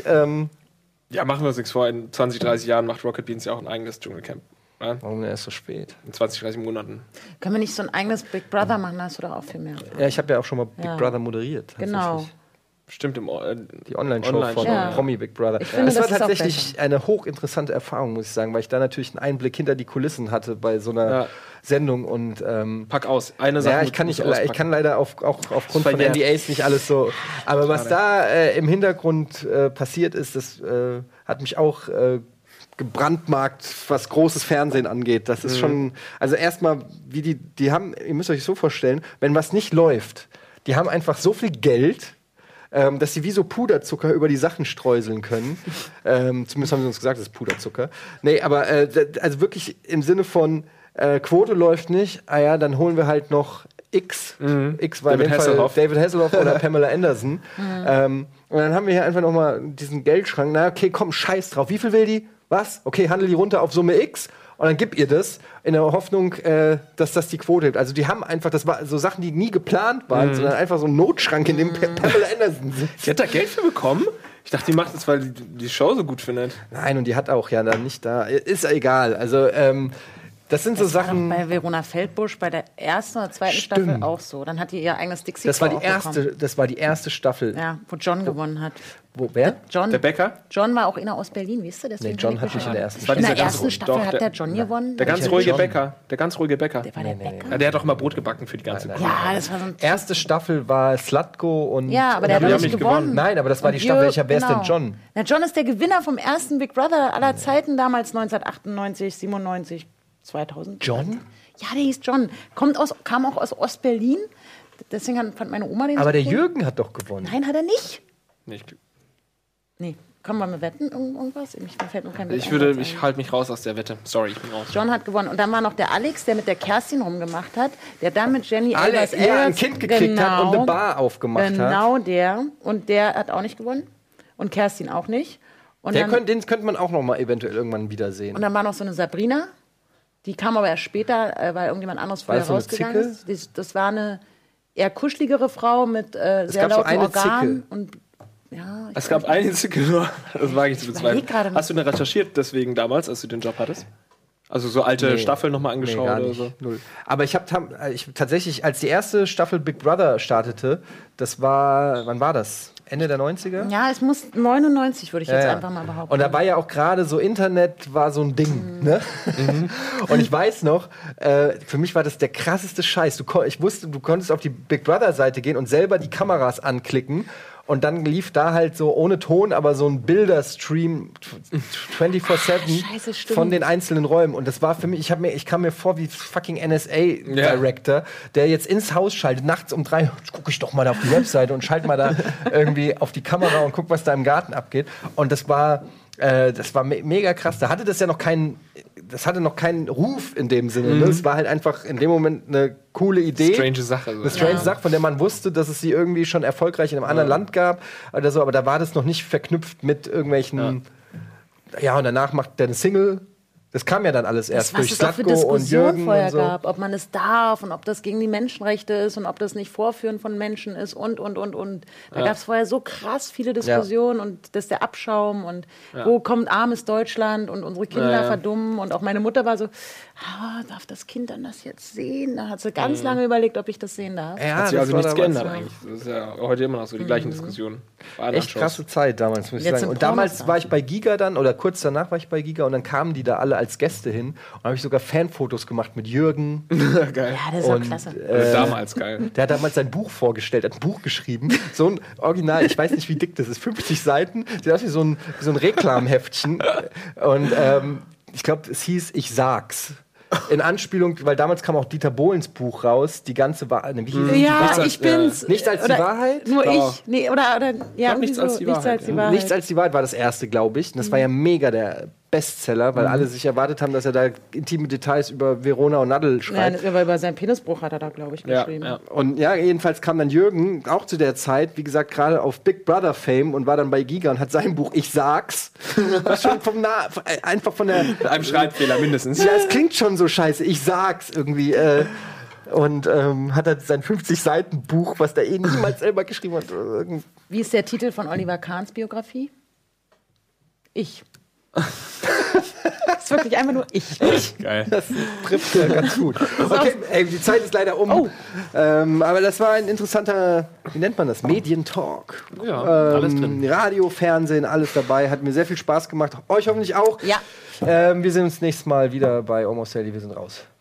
Ja, machen wir uns nichts vor. In 20, 30 Jahren macht Rocket Beans ja auch ein eigenes Dschungelcamp. Ja? Warum denn erst so spät? In 20, 30 Monaten. Können wir nicht so ein eigenes Big Brother machen? Da hast du doch auch viel mehr. Ja, ich habe ja auch schon mal Big Ja. Brother moderiert. Genau. tatsächlich. Stimmt, Die Online-Show Online-Show. von Ja. Promi Big Brother. Ich finde, das war das ist auch tatsächlich eine hochinteressante Erfahrung, muss ich sagen, weil ich da natürlich einen Einblick hinter die Kulissen hatte bei so einer Ja. Sendung. Und Pack aus. Eine Sache. ja, ich musst du kann auspacken. leider auch aufgrund von verjährt. NDAs nicht alles so. Aber was da im Hintergrund passiert ist, das hat mich auch gebrandmarkt, was großes Fernsehen angeht. Das ist schon, also erstmal, wie die haben, ihr müsst euch so vorstellen, wenn was nicht läuft, die haben einfach so viel Geld, dass sie wie so Puderzucker über die Sachen streuseln können. Zumindest haben sie uns gesagt, das ist Puderzucker. Nee, aber also wirklich im Sinne von Quote läuft nicht, dann holen wir halt noch X. X war David in dem Fall Hasselhoff. David Hasselhoff oder Pamela Anderson. Und dann haben wir hier einfach noch mal diesen Geldschrank. Na, okay, komm, scheiß drauf. Wie viel will die? Was? Okay, handel die runter auf Summe X. Und dann gib ihr das in der Hoffnung, dass das die Quote hilft. Also die haben einfach, das war so Sachen, die nie geplant waren, sondern einfach so ein Notschrank, in dem Pamela Anderson sitzt. Die hat da Geld für bekommen? Ich dachte, die macht das, weil die Show so gut findet. Nein, und die hat auch ja dann nicht da. Ist ja egal. Also das sind so Das war Sachen. doch bei Verona Feldbusch bei der ersten oder zweiten Stimmt. Staffel auch so. Dann hat die ihr eigenes Dixie Das war die bekommen. erste Staffel. Ja, wo John gewonnen hat. Wo, wer? John, Der Bäcker? John war auch einer aus Berlin, weißt du? Nee, Deswegen John ich hat mich nicht in der ersten in Staffel. der Dieser ersten ganz- Staffel doch, hat der John gewonnen. Der ganz Welcher ruhige John? Bäcker. Der ganz ruhige Bäcker. Der war der Bäcker. Ja, der hat doch immer Brot gebacken für die ganze Crew. Ja, das war so ein. Erste Staffel war Slutko und. Ja, aber der hat die doch haben nicht nicht gewonnen. Nein, aber das war Und die Staffel. Jörg, Wer ist denn genau. John? Na, John ist der Gewinner vom ersten Big Brother aller Zeiten, damals 1998, 97, 2000. John? Ja, der hieß John. Kam auch aus Ostberlin. Deswegen fand meine Oma den Aber so der cool. Jürgen hat doch gewonnen. Nein, hat er nicht. Nicht. Nee. Können wir mal wetten? Irgendwas? Mir fällt mir kein Ich Wetteinsatz ein. halte mich raus aus der Wette. Sorry, ich bin raus. John hat gewonnen. Und dann war noch der Alex, der mit der Kerstin rumgemacht hat, der dann mit Jenny Alex, Elvers ja, ein Kind gekriegt hat und eine Bar aufgemacht hat. Genau der. Und der hat auch nicht gewonnen. Und Kerstin auch nicht. Und dann, Den könnte man auch noch mal eventuell irgendwann wiedersehen. und dann war noch so eine Sabrina. Die kam aber erst später, weil irgendjemand anderes War vorher das so eine rausgegangen Zicke? ist. Das war eine eher kuscheligere Frau mit sehr gab so lauten eine Organen. Zicke. Und ja, Es gab eine Zicke nur. Das wage ich zu überleg gerade bezweifeln. mal. Hast du eine recherchiert deswegen damals, als du den Job hattest? Also so alte Staffeln nochmal angeschaut gar oder nicht. so? Null. Aber ich habe tatsächlich, als die erste Staffel Big Brother startete, das war, wann war das? Ende der 90er? Ja, es muss 99, würde ich jetzt Ja. einfach mal behaupten. Und da war ja auch gerade so, Internet war so ein Ding. Ne? Und ich weiß noch, für mich war das der krasseste Scheiß. Ich wusste, du konntest auf die Big Brother-Seite gehen und selber die Kameras anklicken. Und dann lief da halt so ohne Ton, aber so ein Bilderstream 24/7 Scheiße, stimmt. von den einzelnen Räumen. Und das war für mich, ich kam mir vor wie fucking NSA-Director, der jetzt ins Haus schaltet, nachts um 3, gucke ich doch mal da auf die Webseite und schalte mal da irgendwie auf die Kamera und guck, was da im Garten abgeht. Und das war Das war mega krass. Da hatte das ja noch keinen Ruf in dem Sinne. Ne? Es war halt einfach in dem Moment eine coole Idee. Strange Sache. Eine strange Sache, von der man wusste, dass es sie irgendwie schon erfolgreich in einem anderen Land gab oder so. Aber da war das noch nicht verknüpft mit irgendwelchen. Ja, und danach macht der eine Single. Das kam ja dann alles erst durch Slatko und Jürgen vorher und so. gab, ob man es darf und ob das gegen die Menschenrechte ist und ob das nicht Vorführen von Menschen ist und. Da gab es vorher so krass viele Diskussionen und das ist der Abschaum und wo kommt armes Deutschland und unsere Kinder verdummen und auch meine Mutter war so, darf das Kind dann das jetzt sehen? Da hat sie ganz lange überlegt, ob ich das sehen darf. Ja, hat sich also nichts geändert eigentlich. Das ist ja heute immer noch so die gleichen Diskussionen. Echt krasse Zeit damals, muss ich sagen. Und damals war ich bei Giga dann, oder kurz danach war ich bei Giga und dann kamen die da alle als Gäste hin und habe ich sogar Fanfotos gemacht mit Jürgen. Geil. Ja, das ist auch klasse. Damals geil. Der hat damals sein Buch vorgestellt, hat ein Buch geschrieben. So ein Original, ich weiß nicht, wie dick das ist, 50 Seiten. Sieht aus wie so ein Reklamheftchen. Und ich glaube, es hieß Ich sag's. In Anspielung, weil damals kam auch Dieter Bohlens Buch raus, die ganze Wahrheit. Ich bin's. Nicht als die Wahrheit? Nur ich. Nee, Nichts als die Wahrheit. Nichts als die Wahrheit war das erste, glaube ich. Und das war ja mega der Bestseller, weil alle sich erwartet haben, dass er da intime Details über Verona und Nadel schreibt. Ja, über seinen Penisbruch hat er da, glaube ich, geschrieben. Ja. Und ja, jedenfalls kam dann Jürgen, auch zu der Zeit, wie gesagt, gerade auf Big Brother Fame und war dann bei Giga und hat sein Buch Ich sag's. Was schon einfach von der... Mit einem Schreibfehler mindestens. Ja, es klingt schon so scheiße. Ich sag's irgendwie. Und hat er sein 50-Seiten-Buch, was der niemals selber geschrieben hat. Wie ist der Titel von Oliver Kahns Biografie? Ich. Das ist wirklich einfach nur ich. Geil. Das trifft ja ganz gut. Okay, die Zeit ist leider um. Oh. Aber das war ein interessanter, wie nennt man das? Medientalk. Ja, alles drin. Radio, Fernsehen, alles dabei. Hat mir sehr viel Spaß gemacht. Euch hoffentlich auch. Ja. Wir sehen uns nächstes Mal wieder bei Almost Daily. Wir sind raus.